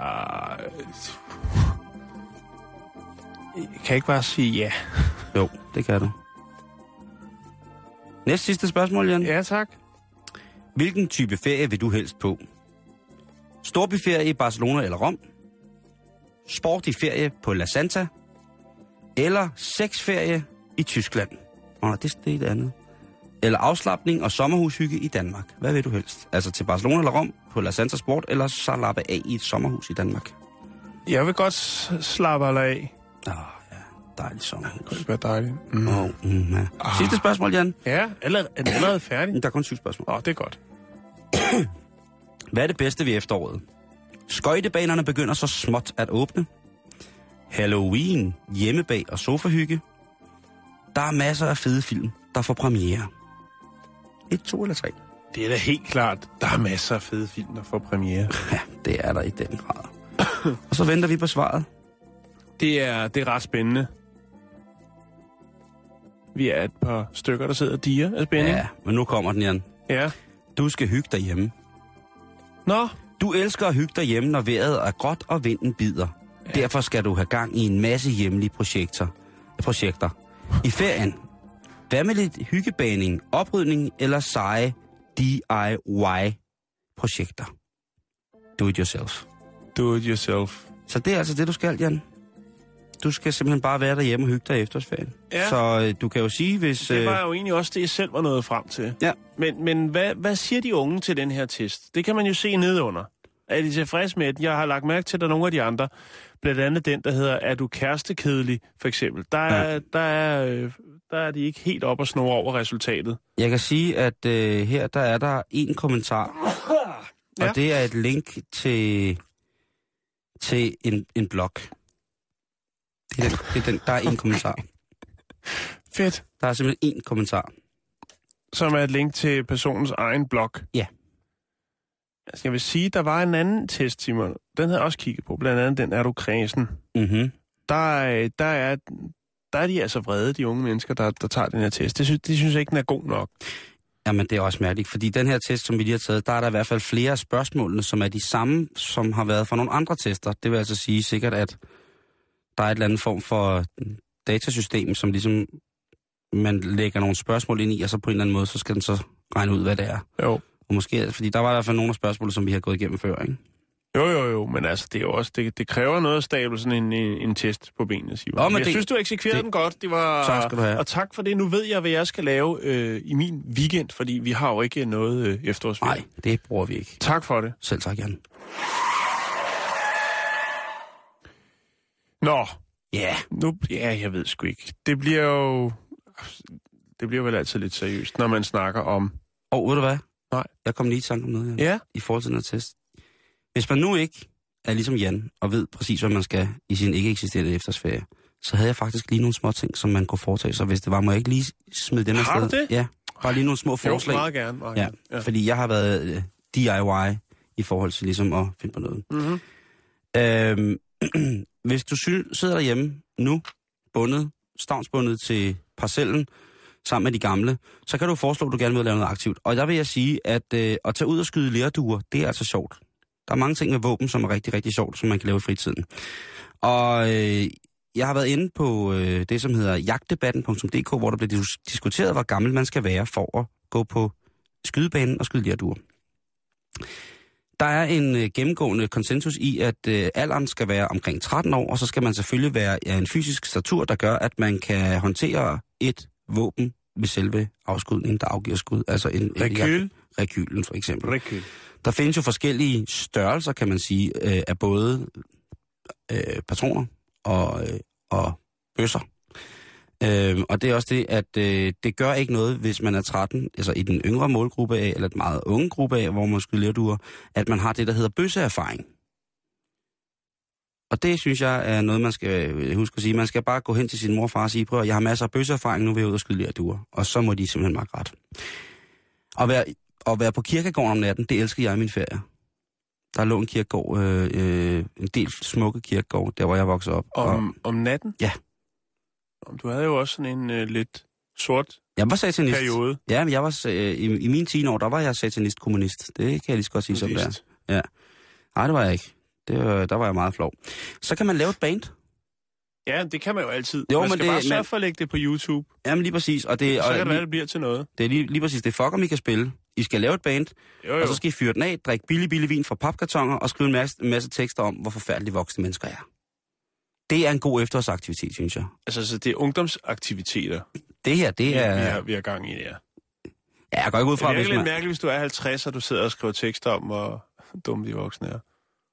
Jeg kan ikke bare sige ja. Jo, det kan du. Næste sidste spørgsmål, Jan. Ja, tak. Hvilken type ferie vil du helst på? Storbyferie i Barcelona eller Rom? Sportig ferie på La Santa? Eller sexferie i Tyskland? Åh, oh, det, det er det andet. Eller afslapning og sommerhushygge i Danmark? Hvad vil du helst? Altså til Barcelona eller Rom, på La Santa Sport, eller så lappe af i et sommerhus i Danmark? Jeg vil godt slappe alle af. Åh, oh, ja. Dejligt sommerhus. Det være dejligt. Mm. Oh, mm, ja. Ah. Sidste spørgsmål, Jan. Ja, eller er den allerede færdig? Der er kun syv spørgsmål. Åh, oh, det er godt. Hvad er det bedste ved efteråret? Skøjtebanerne begynder så småt at åbne. Halloween, hjemmebag og sofahygge. Der er masser af fede film, der får premiere. Et, to eller tre? Det er da helt klart. Der er masser af fede film, der får premiere. Ja, det er der i den grad. Og så venter vi på svaret. Det er, det er ret spændende. Vi er et par stykker, der sidder og diger af spænding. Ja, men nu kommer den, Jan. Ja. Du skal hygge dig hjemme. Nå. Du elsker at hygge dig hjemme, når vejret er gråt og vinden bider. Ja. Derfor skal du have gang i en masse hjemlige projekter. projekter. I ferien. Hvad med lidt hyggebaning, oprydning eller seje D I Y-projekter? Do it yourself. Do it yourself. Så det er altså det, du skal, Jan. Du skal simpelthen bare være derhjemme og hygge dig i efterårsferien. Ja. Så øh, du kan jo sige, hvis... Det var jo egentlig også det, jeg selv var nået frem til. Ja. Men, men hvad, hvad siger de unge til den her test? Det kan man jo se nedunder. Er de tilfredse med den? Jeg har lagt mærke til, at der er nogle af de andre. Blandt andet den, der hedder, er du kærestekedelig, for eksempel. Der er, ja. der er, øh, der er de ikke helt op og snor over resultatet. Jeg kan sige, at øh, her der er der en kommentar. Ja. Og det er et link til, til en, en blog. Det er den, det er den, der er en kommentar. Fedt. Der er simpelthen en kommentar. Som er et link til personens egen blog. Ja. Altså, jeg vil sige, der var en anden test, Simon. Den havde jeg også kigget på. Blandt andet den, er du kredsen. Mhm. Der, der, er, der er de altså vrede, de unge mennesker, der, der tager den her test. Det synes, de synes ikke, den er god nok. Jamen, det er også mærkeligt, fordi den her test, som vi lige har taget, der er der i hvert fald flere af spørgsmålene, som er de samme, som har været fra nogle andre tester. Det vil altså sige sikkert, at der er et eller andet form for datasystem, som ligesom man lægger nogle spørgsmål ind i, og så på en eller anden måde, så skal den så regne ud, hvad det er. Jo. Og måske, fordi der var i hvert fald nogle af spørgsmålene, som vi har gået igennem før, ikke? Jo, jo, jo, men altså, det er jo også, det, det kræver noget at stable sådan en, en, en test på benene, Simon. Oh, men jeg det, synes, du eksekverede den godt. Det var, tak skal du have. Og tak for det. Nu ved jeg, hvad jeg skal lave øh, i min weekend, fordi vi har jo ikke noget øh, efterårsferie. Nej, det bruger vi ikke. Tak for det. Selv tak, Jan. Nå. Ja. Yeah. Nu, ja, jeg ved sgu ikke. Det bliver jo... Det bliver vel altid lidt seriøst, når man snakker om... Og oh, ved du hvad? Nej. Jeg kom lige i tanke om noget, Jan. Ja? I forhold til den her test. Hvis man nu ikke er ligesom Jan, og ved præcis, hvad man skal i sin ikke eksisterende efterårsferie, så havde jeg faktisk lige nogle små ting, som man kunne foretage sig. Hvis det var, må jeg ikke lige smide dem afsted? Har du det? Ja, bare lige nogle små forslag. Jo, meget gerne. Meget ja, gerne. Ja, fordi jeg har været uh, D I Y i forhold til ligesom at finde på noget. Mm-hmm. Øhm, hvis du sy- sidder derhjemme nu, bundet, stavnsbundet til parcellen, sammen med de gamle, så kan du foreslå, at du gerne vil lave noget aktivt. Og der vil jeg sige, at øh, at tage ud og skyde lerduer, det er altså sjovt. Der er mange ting med våben, som er rigtig, rigtig sjovt, som man kan lave i fritiden. Og øh, jeg har været inde på øh, det, som hedder jagtdebatten punktum d k, hvor der bliver dis- diskuteret, hvor gammel man skal være for at gå på skydebanen og skyde lerduer. Der er en øh, gennemgående konsensus i, at øh, alderen skal være omkring tretten år, og så skal man selvfølgelig være ja, en fysisk statur, der gør, at man kan håndtere et våben ved selve afskudningen, der afgiver skud. Altså en, Rekyl? En, rekylen for eksempel. Rekyl. Der findes jo forskellige størrelser, kan man sige, øh, af både øh, patroner og, øh, og bøsser. Øh, og det er også det, at øh, det gør ikke noget, hvis man er tretten, altså i den yngre målgruppe af, eller et meget unge gruppe af, hvor man skal lerduer, at man har det, der hedder bøsseerfaring. Og det synes jeg er noget, man skal huske at sige. Man skal bare gå hen til sin mor og far og sige, prøv at jeg har masser af bøsseerfaring, nu vil jeg ud og skyde lerduer. Og så må de simpelthen meget ret. At være, at være på kirkegården om natten, det elsker jeg i min ferie. Der lå en kirkegård, øh, øh, en del smukke kirkegård, der hvor jeg voksede op. Om, og, om natten? Ja. Du havde jo også sådan en øh, lidt sort jeg var satanist. periode. Ja, men jeg var, øh, i, i mine ti år, der var jeg satanist-kommunist. Det kan jeg lige så godt sige, som det er. Ja. Nej, det var jeg ikke. Det var, der var jeg meget flov. Så kan man lave et band. Ja, det kan man jo altid. Jo, man men skal det, bare sørge men, for at lægge det på YouTube. Jamen lige præcis. Og det, så og, kan det være, lige, det bliver til noget. Det er lige, lige præcis. Det er fuck, om I kan spille. I skal lave et band, jo, jo. og så skal I fyre den af, drikke billig, billig vin fra papkartoner og skrive en masse, en masse tekster om, hvor forfærdelige voksne mennesker er. Det er en god efterårsaktivitet, synes jeg. Altså, så det er ungdomsaktiviteter. Det her, det er... Vi, vi, har, vi har gang i det her. Ja, jeg går ikke ud fra, det er hvis lidt man... mærkeligt, hvis du er halvtreds, og du sidder og skriver tekster om, hvor dumme de voksne er.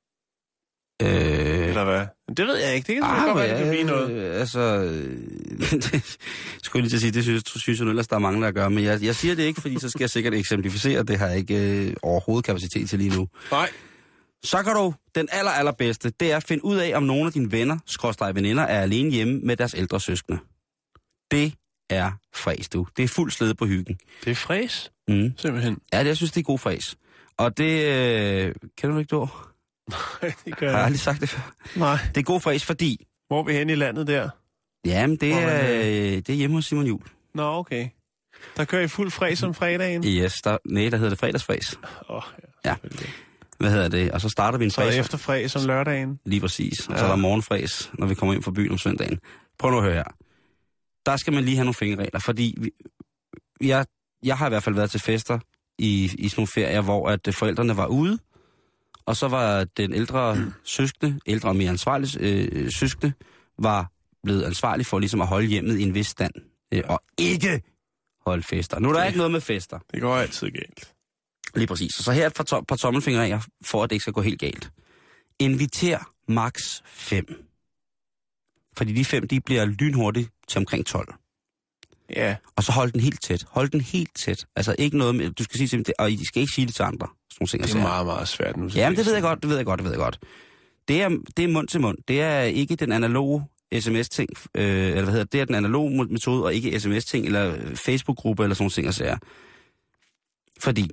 Øh... Eller hvad? Det ved jeg ikke. Det kan ah, godt være, det kan blive noget. Øh, altså... det, skulle jeg lige til at sige, det synes, synes jeg ellers, der er mange, der gør. Men jeg, jeg siger det ikke, fordi så skal jeg sikkert eksemplificere. Det har jeg ikke øh, overhovedet kapacitet til lige nu. Nej. Så kan du, den aller, allerbedste, det er at finde ud af, om nogle af dine venner, skråstreg veninder, er alene hjemme med deres ældre søskende. Det er fræs, du. Det er fuld slede på hyggen. Det er fræs? Mm. Simpelthen. Ja, det, jeg synes, det er god fræs. Og det... Øh, kan du ikke du? Nej, det gør jeg. Har jeg aldrig sagt det før? Nej. Det er god fræs, fordi... Hvor er vi henne i landet der? Jamen, det er, det er hjemme hos Simon Juhl. Nå, okay. Der kører I fuld fræs om fredagen? Yes, der, nej, der hedder det fredagsfræs. Åh, oh, ja. Ja. Hvad hedder det? Og så starter vi en fræs. Så fræs. er efter fræs om lørdagen? Lige præcis. Og ja. så er der morgenfræs, når vi kommer ind fra byen om søndagen. Prøv nu at høre her. Der skal man lige have nogle fingerregler, fordi vi, jeg, jeg har i hvert fald været til fester i, i sådan nogle ferier, hvor at forældrene var ude, og så var den ældre søskende, ældre og mere ansvarlige øh, søskende, var blevet ansvarlig for ligesom at holde hjemmet i en vis stand. Øh, og ikke holde fester. Nu er der det, ikke noget med fester. Det går altid galt. Lige præcis. Og så her et par, to, par tommelfingerregler, for at det ikke skal gå helt galt. Inviter max fem. Fordi de fem, de bliver lynhurtigt til omkring tolv. Ja. Og så hold den helt tæt. Hold den helt tæt. Altså ikke noget med, du skal sige til dem, og I skal ikke sige det til andre. Sådan det er meget, meget svært nu. Jamen det ved jeg godt, det ved jeg godt, det ved jeg godt. Det er, det er mund til mund. Det er ikke den analoge sms-ting, øh, eller hvad hedder det, det er den analoge metode, og ikke sms-ting, eller Facebook-gruppe, eller sådan ting, og sager. Fordi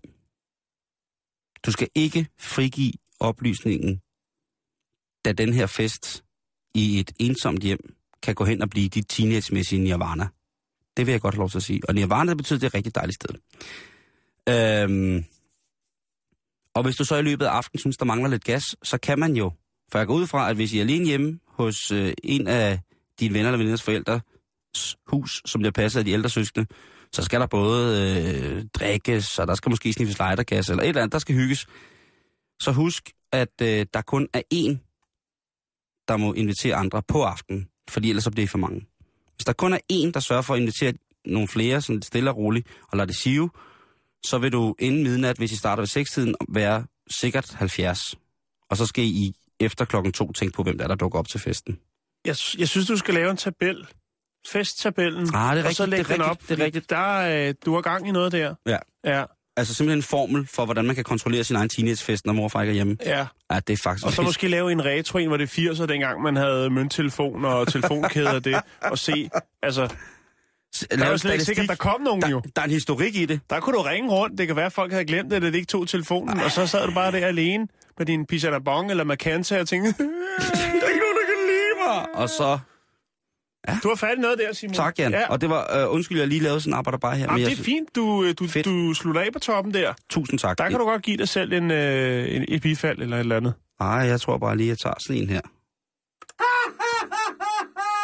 du skal ikke frigive oplysningen, da den her fest i et ensomt hjem kan gå hen og blive dit teenage-mæssige nirvana. Det vil jeg godt have lov til at sige. Og nirvana, det betyder, det er et rigtig dejligt sted. Øhm, og hvis du så i løbet af aftenen synes, der mangler lidt gas, så kan man jo, for jeg går ud fra, at hvis I er alene hjemme hos øh, en af dine venner eller veninders forældres hus, som bliver passet af de ældre søskende, så skal der både øh, drikkes, og der skal måske sniffes lightergas, eller et eller andet, der skal hygges. Så husk, at øh, der kun er én, der må invitere andre på aftenen, fordi ellers så bliver det for mange. Hvis der kun er én, der sørger for at invitere nogle flere, sådan lidt stille og roligt, og lade det sive, så vil du inden midnat, hvis I starter ved seks-tiden, være sikkert halvfjerds. Og så skal I efter klokken to tænke på, hvem der er, der dukker op til festen. Jeg, jeg synes, du skal lave en tabel. Festtabellen. Ah, det er og så lægge det er den rigtigt, op. det er rigtigt. Der, øh, du har gang i noget der. Ja. Ja. Altså simpelthen en formel for, hvordan man kan kontrollere sin egen teenagefest, når mor og far ikke er hjemme. Ja. Ja, det er faktisk... Og så måske lave en retro, en, hvor det er firserne, dengang man havde mønttelefon og telefonkæder og det, og se, altså... Der er jo slet ikke sikkert, der kom nogen der, jo. Der er en historik i det. Der kunne du ringe rundt. Det kan være, at folk havde glemt det, at det ikke tog telefonen, Ej. og så sad du bare der alene med din Pizzanabong eller Macanta og tænkte, der er ikke nogen, der kan lide mig. Og så... Ja. Du har fat i noget der, Simon. Tak, Jan. Ja. Og det var, øh, undskyld, jeg lige lavede sådan en arbejder bare her. Jamen, det er jeg... fint, du, du, du slutter af på toppen der. Tusind tak. Der kan du godt give dig selv en, øh, en, et bifald eller et eller andet. Nej, jeg tror bare lige, jeg tager sådan en her.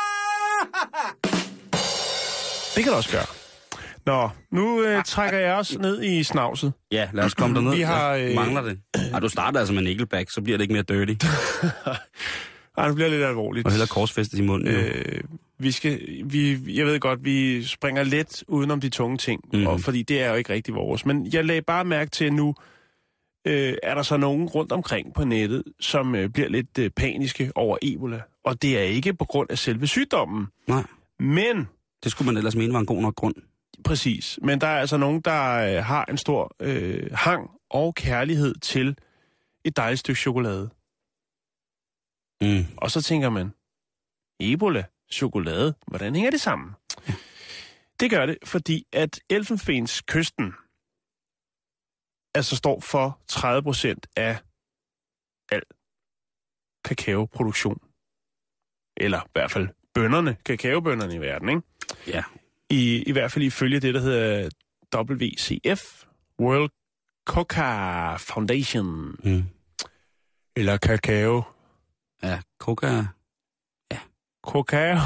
Det kan du også gøre. Nå, nu øh, trækker jeg også ned i snavset. Ja, lad os komme derned. Vi har, øh... mangler det. Ej, du starter altså med Nickelback, så bliver det ikke mere dirty. Ej, det bliver lidt alvorligt. Og heller korsfæstes i munden. Øh, vi skal, vi, jeg ved godt, vi springer let udenom de tunge ting, mm. og, fordi det er jo ikke rigtig vores. Men jeg lagde bare mærke til, at nu øh, er der så nogen rundt omkring på nettet, som øh, bliver lidt øh, paniske over Ebola. Og det er ikke på grund af selve sygdommen. Nej. Men... Det skulle man ellers mene var en god nok grund. Præcis. Men der er altså nogen, der øh, har en stor øh, hang og kærlighed til et dejligt stykke chokolade. Mm. Og så tænker man, Ebola, chokolade, hvordan hænger det sammen? Det gør det, fordi at Elfenbenskysten altså står for tredive procent af al kakaoproduktion. Eller i hvert fald bønderne, kakaobønderne i verden, ikke? Ja. I, I hvert fald ifølge det, der hedder W C F, World Cocoa Foundation. Mm. Eller kakao. Ja, coca. Ja. Kakao.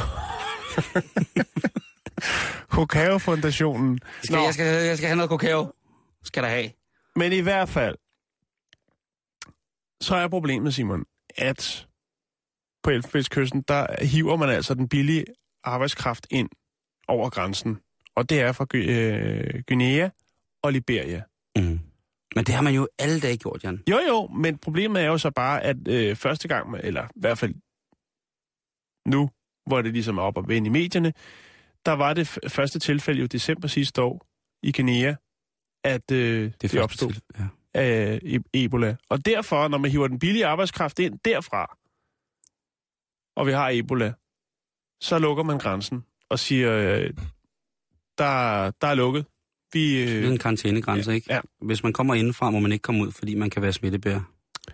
Kakao-foundationen. Skal, jeg, skal, jeg skal have noget kakao. Skal der have. Men i hvert fald, så er problemet, Simon, at på Elfenbenskysten, der hiver man altså den billige arbejdskraft ind over grænsen. Og det er fra Gy- øh, Guinea og Liberia. Mm. Men det har man jo alle dage gjort, Jan. Jo, jo, men problemet er jo så bare, at øh, første gang, eller i hvert fald nu, hvor det ligesom er op og vende i medierne, der var det f- første tilfælde jo december sidste år i Guinea, at øh, det, det opstod til, ja. af e- Ebola. Og derfor, når man hiver den billige arbejdskraft ind derfra, og vi har Ebola, så lukker man grænsen og siger, øh, der, der er lukket. Vi, øh, det er en karantænegrænse, ja, ikke? Ja. Hvis man kommer indenfra, må man ikke komme ud, fordi man kan være smittebærer.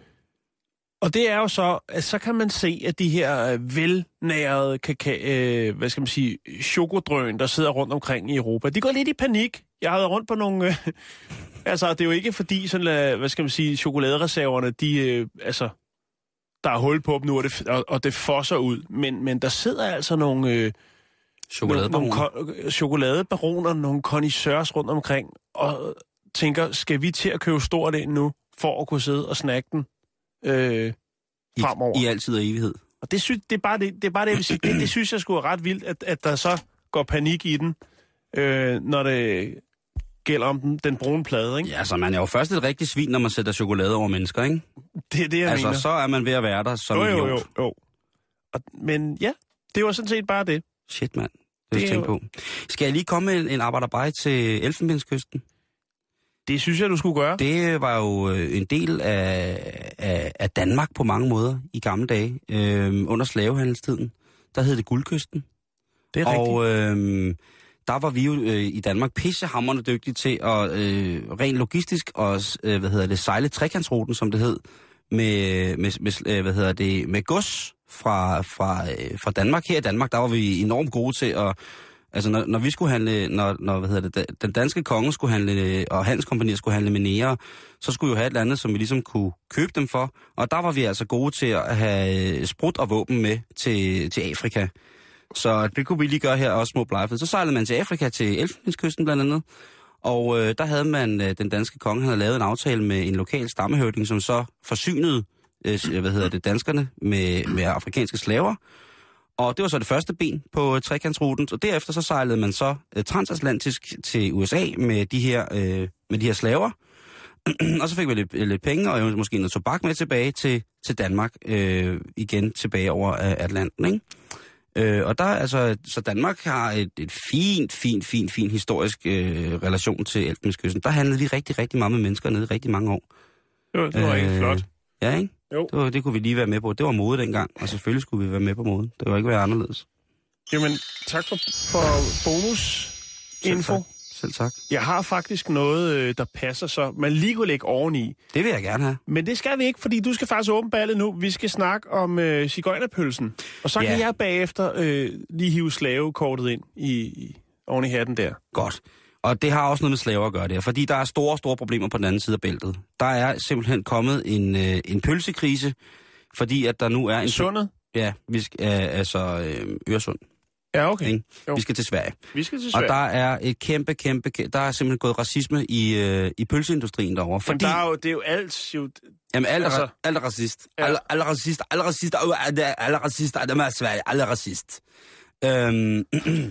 Og det er jo så, at så kan man se, at de her velnærede kaka, øh, hvad skal man sige, chokodrøn, der sidder rundt omkring i Europa, de går lidt i panik. Jeg har været rundt på nogle... Øh, altså, det er jo ikke fordi, sådan, hvad skal man sige, chokoladereserverne, de, øh, altså, der er hul på dem nu, og det, og, og det fosser ud. Men, men der sidder altså nogle... Øh, Chokoladebaroner. Nogle ko- chokoladebaroner, nogle connoisseurs rundt omkring, og tænker, skal vi til at købe stort ind nu, for at kunne sidde og snakke den øh, fremover? I, I altid og evighed. Og det, synes, det, er bare det, det er bare det, jeg vil sige. Det, det synes jeg skulle er ret vildt, at, at der så går panik i den, øh, når det gælder om den, den brune plade, ikke? Ja, så man er jo først et rigtigt svin, når man sætter chokolade over mennesker, ikke? Det er det, jeg altså, mener. så er man ved at være der som jo, jo, idiot. jo, jo. Og, men ja, det var sådan set bare det. Shit, mand. Det, det er jo... på. Skal jeg lige komme med en, en arbejderbej til Elfenbenskysten? Det synes jeg, du skulle gøre. Det var jo en del af, af, af Danmark på mange måder i gamle dage. Øh, under slavehandelstiden, der hed det Guldkysten. Det er og, rigtigt. Øh, der var vi jo øh, i Danmark pissehamrende dygtige til at øh, rent logistisk og øh, hvad hedder det, sejle trekantsruten, som det hed, med, med, med, øh, hvad hedder det, med gods fra, fra, øh, fra Danmark. Her i Danmark, der var vi enormt gode til at... Altså, når, når vi skulle handle... Når, når hvad hedder det, den danske konge skulle handle, og handelskompanier skulle handle med nære, så skulle vi jo have et eller andet, som vi ligesom kunne købe dem for. Og der var vi altså gode til at have sprut og våben med til, til Afrika. Så det kunne vi lige gøre her også små Blegfed. Så sejlede man til Afrika, til Elfenbenskysten blandt andet. Og øh, der havde man, øh, den danske konge havde lavet en aftale med en lokal stammehøvding, som så forsynede, øh, hvad hedder det, danskerne med, med afrikanske slaver. Og det var så det første ben på øh, trekantsruten. Og derefter så sejlede man så øh, transatlantisk til U S A med de her, øh, med de her slaver. Og så fik vi lidt, lidt penge og måske noget tobak med tilbage til, til Danmark. Øh, igen tilbage over øh, Atlanten, ikke? Øh, og der, altså, så Danmark har et, et fint, fint, fint, fint historisk øh, relation til Elfenbenskysten. Der handlede vi rigtig, rigtig meget med mennesker nede i rigtig mange år. Jo, det var øh, rigtig flot. Ja, ikke? Jo. Det, var, det kunne vi lige være med på. Det var mode dengang, og selvfølgelig skulle vi være med på mode. Det var ikke være anderledes. Jamen, tak for, for bonus-info. Selv tak. Selv tak. Jeg har faktisk noget, der passer så. Man lige kunne lægge oveni. Det vil jeg gerne have. Men det skal vi ikke, fordi du skal faktisk åbne ballet nu. Vi skal snakke om øh, sigøjnerpølsen. Og så kan ja. jeg bagefter øh, lige hive slavekortet ind i, i, oven i hatten der. Godt. Og det har også noget med slaver at gøre der, fordi der er store, store problemer på den anden side af bæltet. Der er simpelthen kommet en, øh, en pølsekrise, fordi at der nu er en... Sundet? Ja, vi skal, øh, altså øh, Øresund. Ja, okay. Ikke? Jo. Vi skal til Sverige. Vi skal til Og Sverige. der er et kæmpe, kæmpe, kæmpe der er simpelthen gået racisme i, øh, i pølseindustrien derovre. Fordi... Fordi, der er jo, det er jo alt... Jo... jamen, alle, altså- altså, alle er racist. Ja. Alle, alle er racist. Alle er racist. Alle er alle er racist. Alle er Sverige. Alle er racist. Øhm,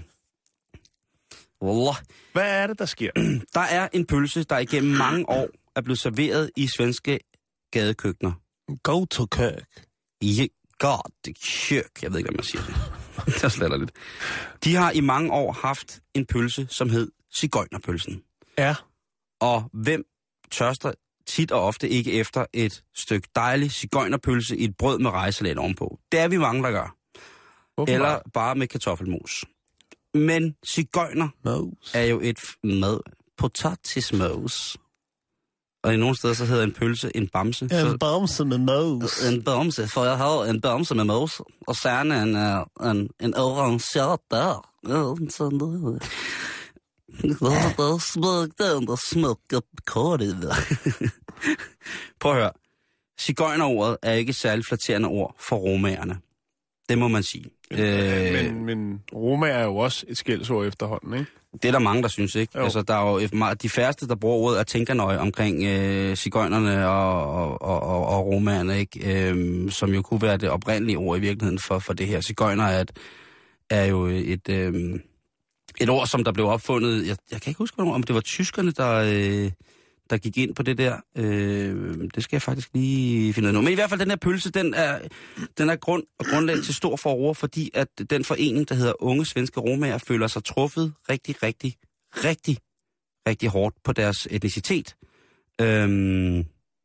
Wallah. Hvad er det, der sker? Der er en pølse, der igennem mange år er blevet serveret i svenske gadekøkkener. Go to Kirk. I God, det kjøk. Jeg ved ikke, hvad man siger det. Det er slet lidt. De har i mange år haft en pølse, som hed sigøjnerpølsen. Ja. Og hvem tørster tit og ofte ikke efter et stykke dejlig sigøjnerpølse i et brød med rejsalat ovenpå? Det er vi mange, der gør. Hvorfor Eller bare? bare med kartoffelmos. Men sigøjner Mos. er jo et f- mad. Potatismos. Og i nogle steder så hedder en pølse en bamse. Så, bamse med mos. en bamse, for jeg har en bamse med mos. Og særne en, uh, en, en orangeret der. Ja, sådan noget. Der smagte den, der smagte kortet. Prøv at høre. Sigøjnerordet er ikke et særligt flatterende ord for romaerne. Det må man sige. Øh, men, men Roma er jo også et skældsord efterhånden, ikke? Det er der mange, der synes, ikke? Jo. Altså, der er jo et meget- de færreste, der bruger ordet, er tænkernøje omkring øh, sigøjnerne og, og, og, og, og romaerne, ikke? Øhm, som jo kunne være det oprindelige ord i virkeligheden for, for det her. Sigøjner er, et, er jo et, øhm, et ord, som der blev opfundet. Jeg, jeg kan ikke huske, om det var tyskerne, der, øh, der gik ind på det der. Øh, det skal jeg faktisk lige finde ud af nu. Men i hvert fald, den her pølse, den er, den er grund, grundlag til stor forår, fordi at den forening, der hedder Unge Svenske Romaer, føler sig truffet rigtig, rigtig, rigtig, rigtig hårdt på deres etnicitet. Øhm,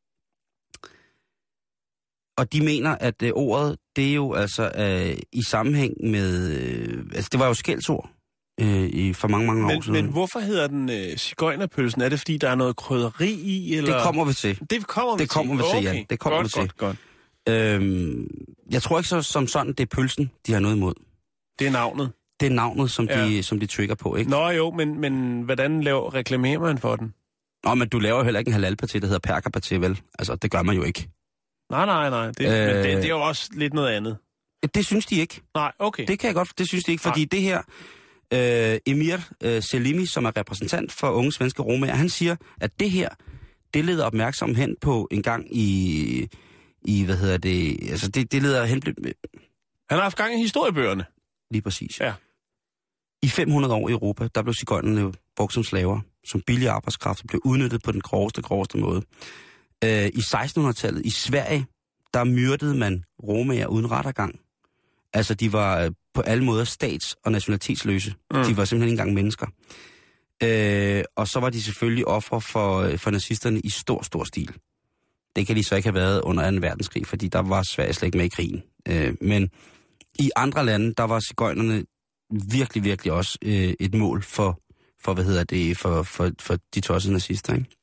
og de mener, at øh, ordet, det er jo altså øh, i sammenhæng med... Øh, altså, det var jo skældsord øh, i, for mange, mange år Men, siden. men hvorfor hedder den øh, sigøjnerpølsen? Er det, fordi der er noget krydderi i? Eller? Det kommer vi til. Det kommer vi Det kommer vi til, til, okay. Jan. Det kommer godt, vi til. Godt, godt. Øhm, jeg tror ikke så, som sådan, det er pølsen, de har noget imod. Det er navnet. Det er navnet, som, Ja. de, som de trigger på, ikke? Nå jo, men, men hvordan laver, reklamerer man for den? Nå, men du laver jo heller ikke en halalpaté, der hedder perkerpaté, vel? Altså, det gør man jo ikke. Nej, nej, nej. Det, øh... men det, det er jo også lidt noget andet. Det synes de ikke. Nej, okay. Det kan jeg godt, det synes de ikke, fordi det her, øh, Emir øh, Selimi, som er repræsentant for Unge Svenske Romaer, han siger, at det her, det leder opmærksom hen på en gang i, i hvad hedder det, altså det, det leder hen, Han har haft gang i historiebøgerne. lige præcis. Ja. I fem hundrede år i Europa, der blev sigøjnerne brugt som slaver, som billig arbejdskraft, og blev udnyttet på den groveste, groveste måde. Øh, I sekstenhundredetallet i Sverige, der myrdede man romaer uden rettergang. Altså, de var øh, på alle måder stats- og nationalitetsløse. Mm. De var simpelthen ikke engang mennesker. Øh, og så var de selvfølgelig ofre for, for nazisterne i stor, stor stil. Det kan de så ikke have været under anden verdenskrig, fordi der var Sverige slet ikke med i krigen. Øh, men i andre lande, der var sigøjnerne virkelig, virkelig også øh, et mål for, for, hvad hedder det, for, for, for de tossede nazister, ikke?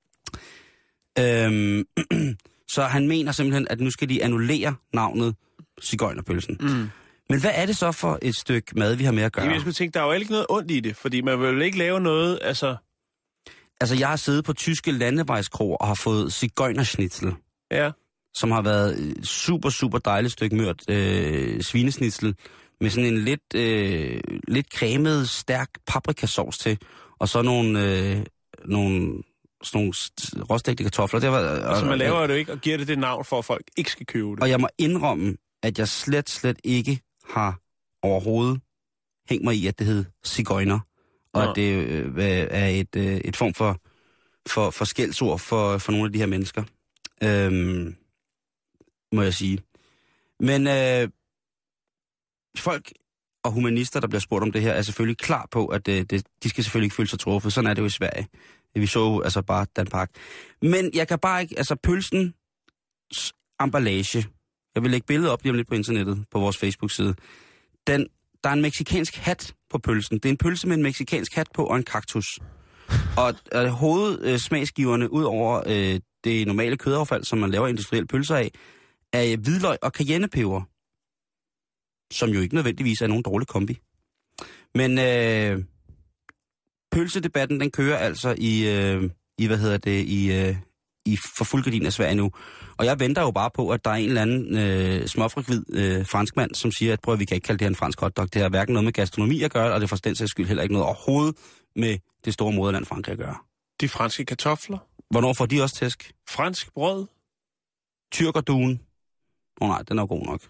Øhm, så han mener simpelthen, at nu skal de annullere navnet sigøjnerpølsen. Mm. Men hvad er det så for et stykke mad, vi har med at gøre? Jamen, jeg skulle tænke, der er jo ikke noget ondt i det, fordi man vil jo ikke lave noget, altså... Altså, jeg har siddet på tyske landevejskroer og har fået sigøjnerschnitzel, Ja. som har været et super, super dejligt stykke mørt øh, svinesnitzel, med sådan en lidt, øh, lidt cremet, stærk paprikasauce til, og så nogle, øh, nogle, sådan nogle råstegte kartofler. Det var, Altså, man laver det jo ikke og giver det det navn, for at folk ikke skal købe det. Og jeg må indrømme, at jeg slet, slet ikke har overhovedet hængt mig i, at det hed sigøjner. Og Nå. at det øh, er et, øh, et form for, for, for skældsord for, for nogle af de her mennesker. Øhm, må jeg sige. Men øh, folk og humanister, der bliver spurgt om det her, er selvfølgelig klar på, at det, det, de skal selvfølgelig ikke føle sig truffet. Sådan er det jo i Sverige. Vi så jo altså bare Danmark. Men jeg kan bare ikke, altså pølsens emballage, jeg vil lægge billedet op lige om lidt på internettet, på vores Facebook-side. Den, der er en meksikansk hat på pølsen. Det er en pølse med en meksikansk hat på og en kaktus. Og øh, hovedsmagsgiverne, ud over øh, det normale kødaffald, som man laver industrielle pølser af, er hvidløg og cayennepeber, som jo ikke nødvendigvis er nogen dårlig kombi. Men øh, pølsedebatten, den kører altså i, øh, i hvad hedder det, i, øh, i for fuldgardin af Sverige nu. Og jeg venter jo bare på, at der er en eller anden øh, småfrikvid øh, franskmand, som siger, at prøv at vi kan ikke kalde det her en fransk hotdog. Det har hverken noget med gastronomi at gøre, og det er for den sags skyld heller ikke noget overhovedet med det store moderland Frankrig at gøre. De franske kartofler. Hvornår får de også tæsk? Fransk brød. Tyrkerduen. Åh oh, nej, den er god nok.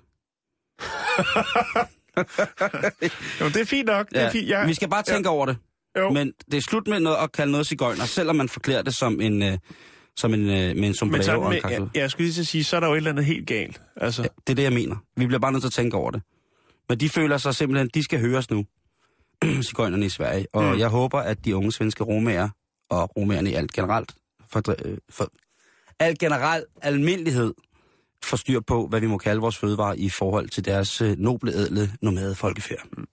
Jo, det er fint nok. Det er ja, fint. Jeg... Vi skal bare tænke ja. over det. Jo. Men det er slut med noget at kalde noget cigøjner, selvom man forklæder det som en, øh, som en, øh, med en sombrero og en kaktus. Ja, jeg skulle lige så sige, så er der jo et eller andet helt galt. Altså. Ja, det er det, jeg mener. Vi bliver bare nødt til at tænke over det. Men de føler sig simpelthen, de skal høres nu, cigøjnerne i Sverige. Og mm. jeg håber, at de unge svenske romager og romagerne i alt generelt, for, for alt generelt almindelighed, får styr på, hvad vi må kalde vores fødevarer i forhold til deres øh, noble, ædle, nomade folkefærd. Mm.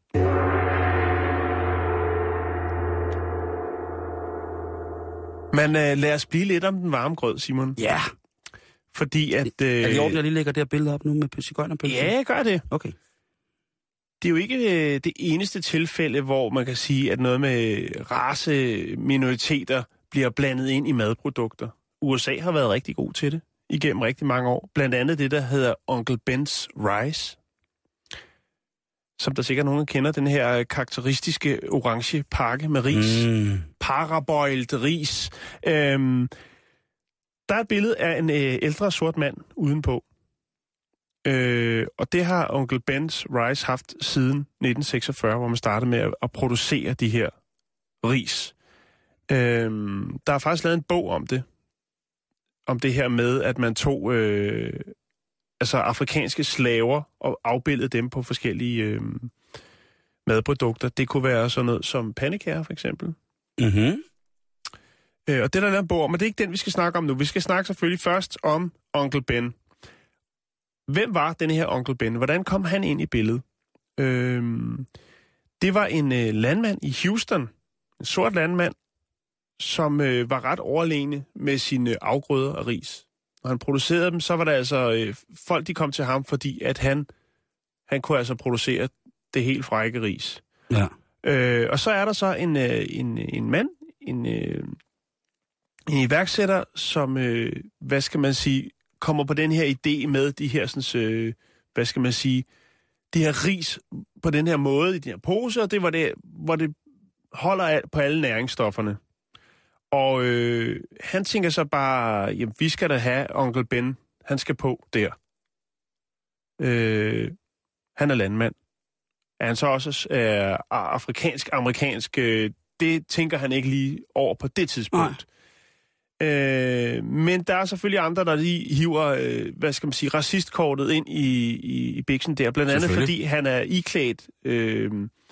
Men øh, lad os blive lidt om den varme grød, Simon. Ja. Fordi at... Øh, er det i orden, jeg lige lægger det her billede op nu med cigøjnerpølse? Ja, jeg gør det. Okay. Det er jo ikke øh, det eneste tilfælde, hvor man kan sige, at noget med raceminoriteter bliver blandet ind i madprodukter. U S A har været rigtig god til det igennem rigtig mange år. Blandt andet det, der hedder Uncle Ben's Rice. Som der sikkert nogen kender, den her karakteristiske orange pakke med ris. Mm. Paraboiled ris. Øhm, der er et billede af en øh, ældre sort mand udenpå. Øh, og det har Onkel Ben's Rice haft siden nitten seksogfyrre, hvor man startede med at, at producere de her ris. Øh, der er faktisk lavet en bog om det. Om det her med, at man tog øh, altså afrikanske slaver og afbildede dem på forskellige øh, madprodukter. Det kunne være sådan noget som pandekager, for eksempel. Mhm. Øh, og det er der lavet en bog om, men det er ikke den, vi skal snakke om nu. Vi skal snakke selvfølgelig først om Onkel Ben. Hvem var den her Onkel Ben? Hvordan kom han ind i billedet? Øhm, det var en øh, landmand i Houston, en sort landmand, som øh, var ret overlegne med sine afgrøder af ris. Når han producerede dem, så var der altså øh, folk, de kom til ham, fordi at han, han kunne altså producere det helt frække ris. Ja. Øh, og så er der så en, øh, en, en mand, en, øh, en iværksætter, som, øh, hvad skal man sige, kommer på den her idé med de her, sådan, øh, hvad skal man sige, de her ris på den her måde i de her poser, det var det, hvor det holder på alle næringsstofferne. Og øh, han tænker så bare, jamen vi skal da have Onkel Ben, han skal på der. Øh, han er landmand. Er han så også øh, afrikansk-amerikansk? Øh, det tænker han ikke lige over på det tidspunkt. Øh, men der er selvfølgelig andre, der lige hiver, øh, hvad skal man sige, racistkortet ind i, i, i biksen der. Blandt andet fordi han er iklædt øh,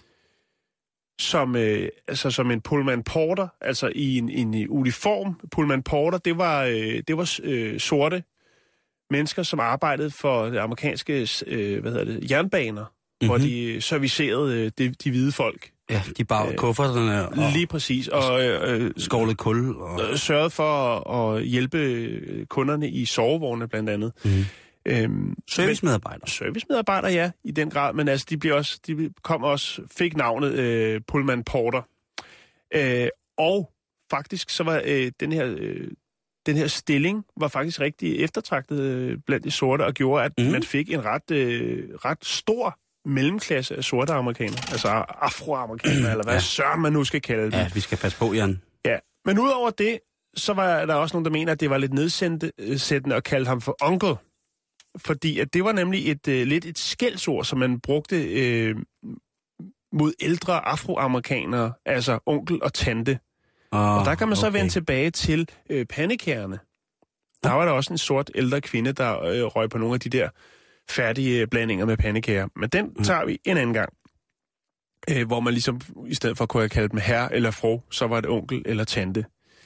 som, øh, altså, som en Pullman Porter, altså i en, en uniform. Pullman Porter, det var, øh, det var øh, sorte mennesker, som arbejdede for det amerikanske øh, hvad hedder det, jernbaner, mm-hmm. hvor de servicerede øh, de, de hvide folk. Ja, de bar kufferterne og... Lige præcis. Og øh, skovlet kul. Og... sørgede for at, at hjælpe kunderne i sovevogne, blandt andet. Mm. Øhm, Servicemedarbejdere. Servicemedarbejdere, ja, i den grad. Men altså, de, blev også, de kom også, fik navnet øh, Pullman Porter. Øh, og faktisk, så var øh, den her... Øh, den her stilling var faktisk rigtig eftertragtet øh, blandt de sorte, og gjorde, at mm. man fik en ret, øh, ret stor mellemklasse af sorte amerikanere, altså afroamerikanere, eller hvad ja. Søren man nu skal kalde dem. Ja, vi skal passe på, Jan. Ja, men udover det, så var der også nogen, der mener, at det var lidt nedsættende at kalde ham for onkel, fordi at det var nemlig et øh, lidt et skældsord, som man brugte øh, mod ældre afroamerikanere, altså onkel og tante. Oh, og der kan man så okay. vende tilbage til øh, pandekærerne. Der var der også en sort ældre kvinde, der øh, røg på nogle af de der færdige blandinger med pandekager. Men den tager vi en anden gang. Øh, hvor man ligesom, i stedet for kunne jeg kalde dem herre eller fru, så var det onkel eller tante.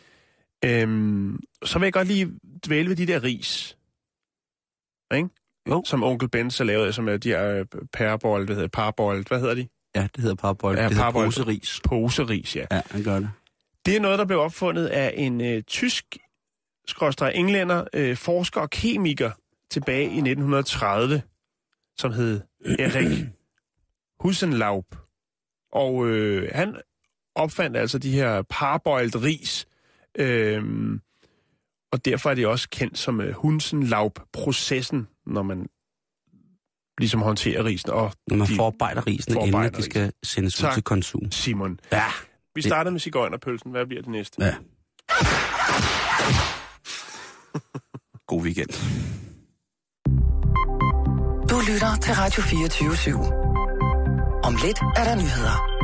Øhm, så vil jeg godt lige dvæle ved de der ris. Ikke? Jo. Som onkel Ben så lavede, som er de her parboiled, hvad hedder parboiled, hvad hedder de? Ja, det hedder parboiled. Ja, det hedder poseris. Poseris, ja. Ja, han gør det. Det er noget, der blev opfundet af en øh, tysk, skråstreg englænder, øh, forsker og kemiker tilbage i nitten tredive, som hed Erik Hussenlaub. Og øh, han opfandt altså de her parboiled ris. Øh, Og derfor er det også kendt som uh, Hundsenlaub-processen, når man ligesom håndterer risen. Og når man forarbejder risene, inden de skal sendes tak, ud til konsum. Simon. Ja. Vi startede med sigøjnerpølsen. Hvad bliver det næste? Ja. God weekend. Du lytter til Radio fireogtyve syv. Om lidt er der nyheder.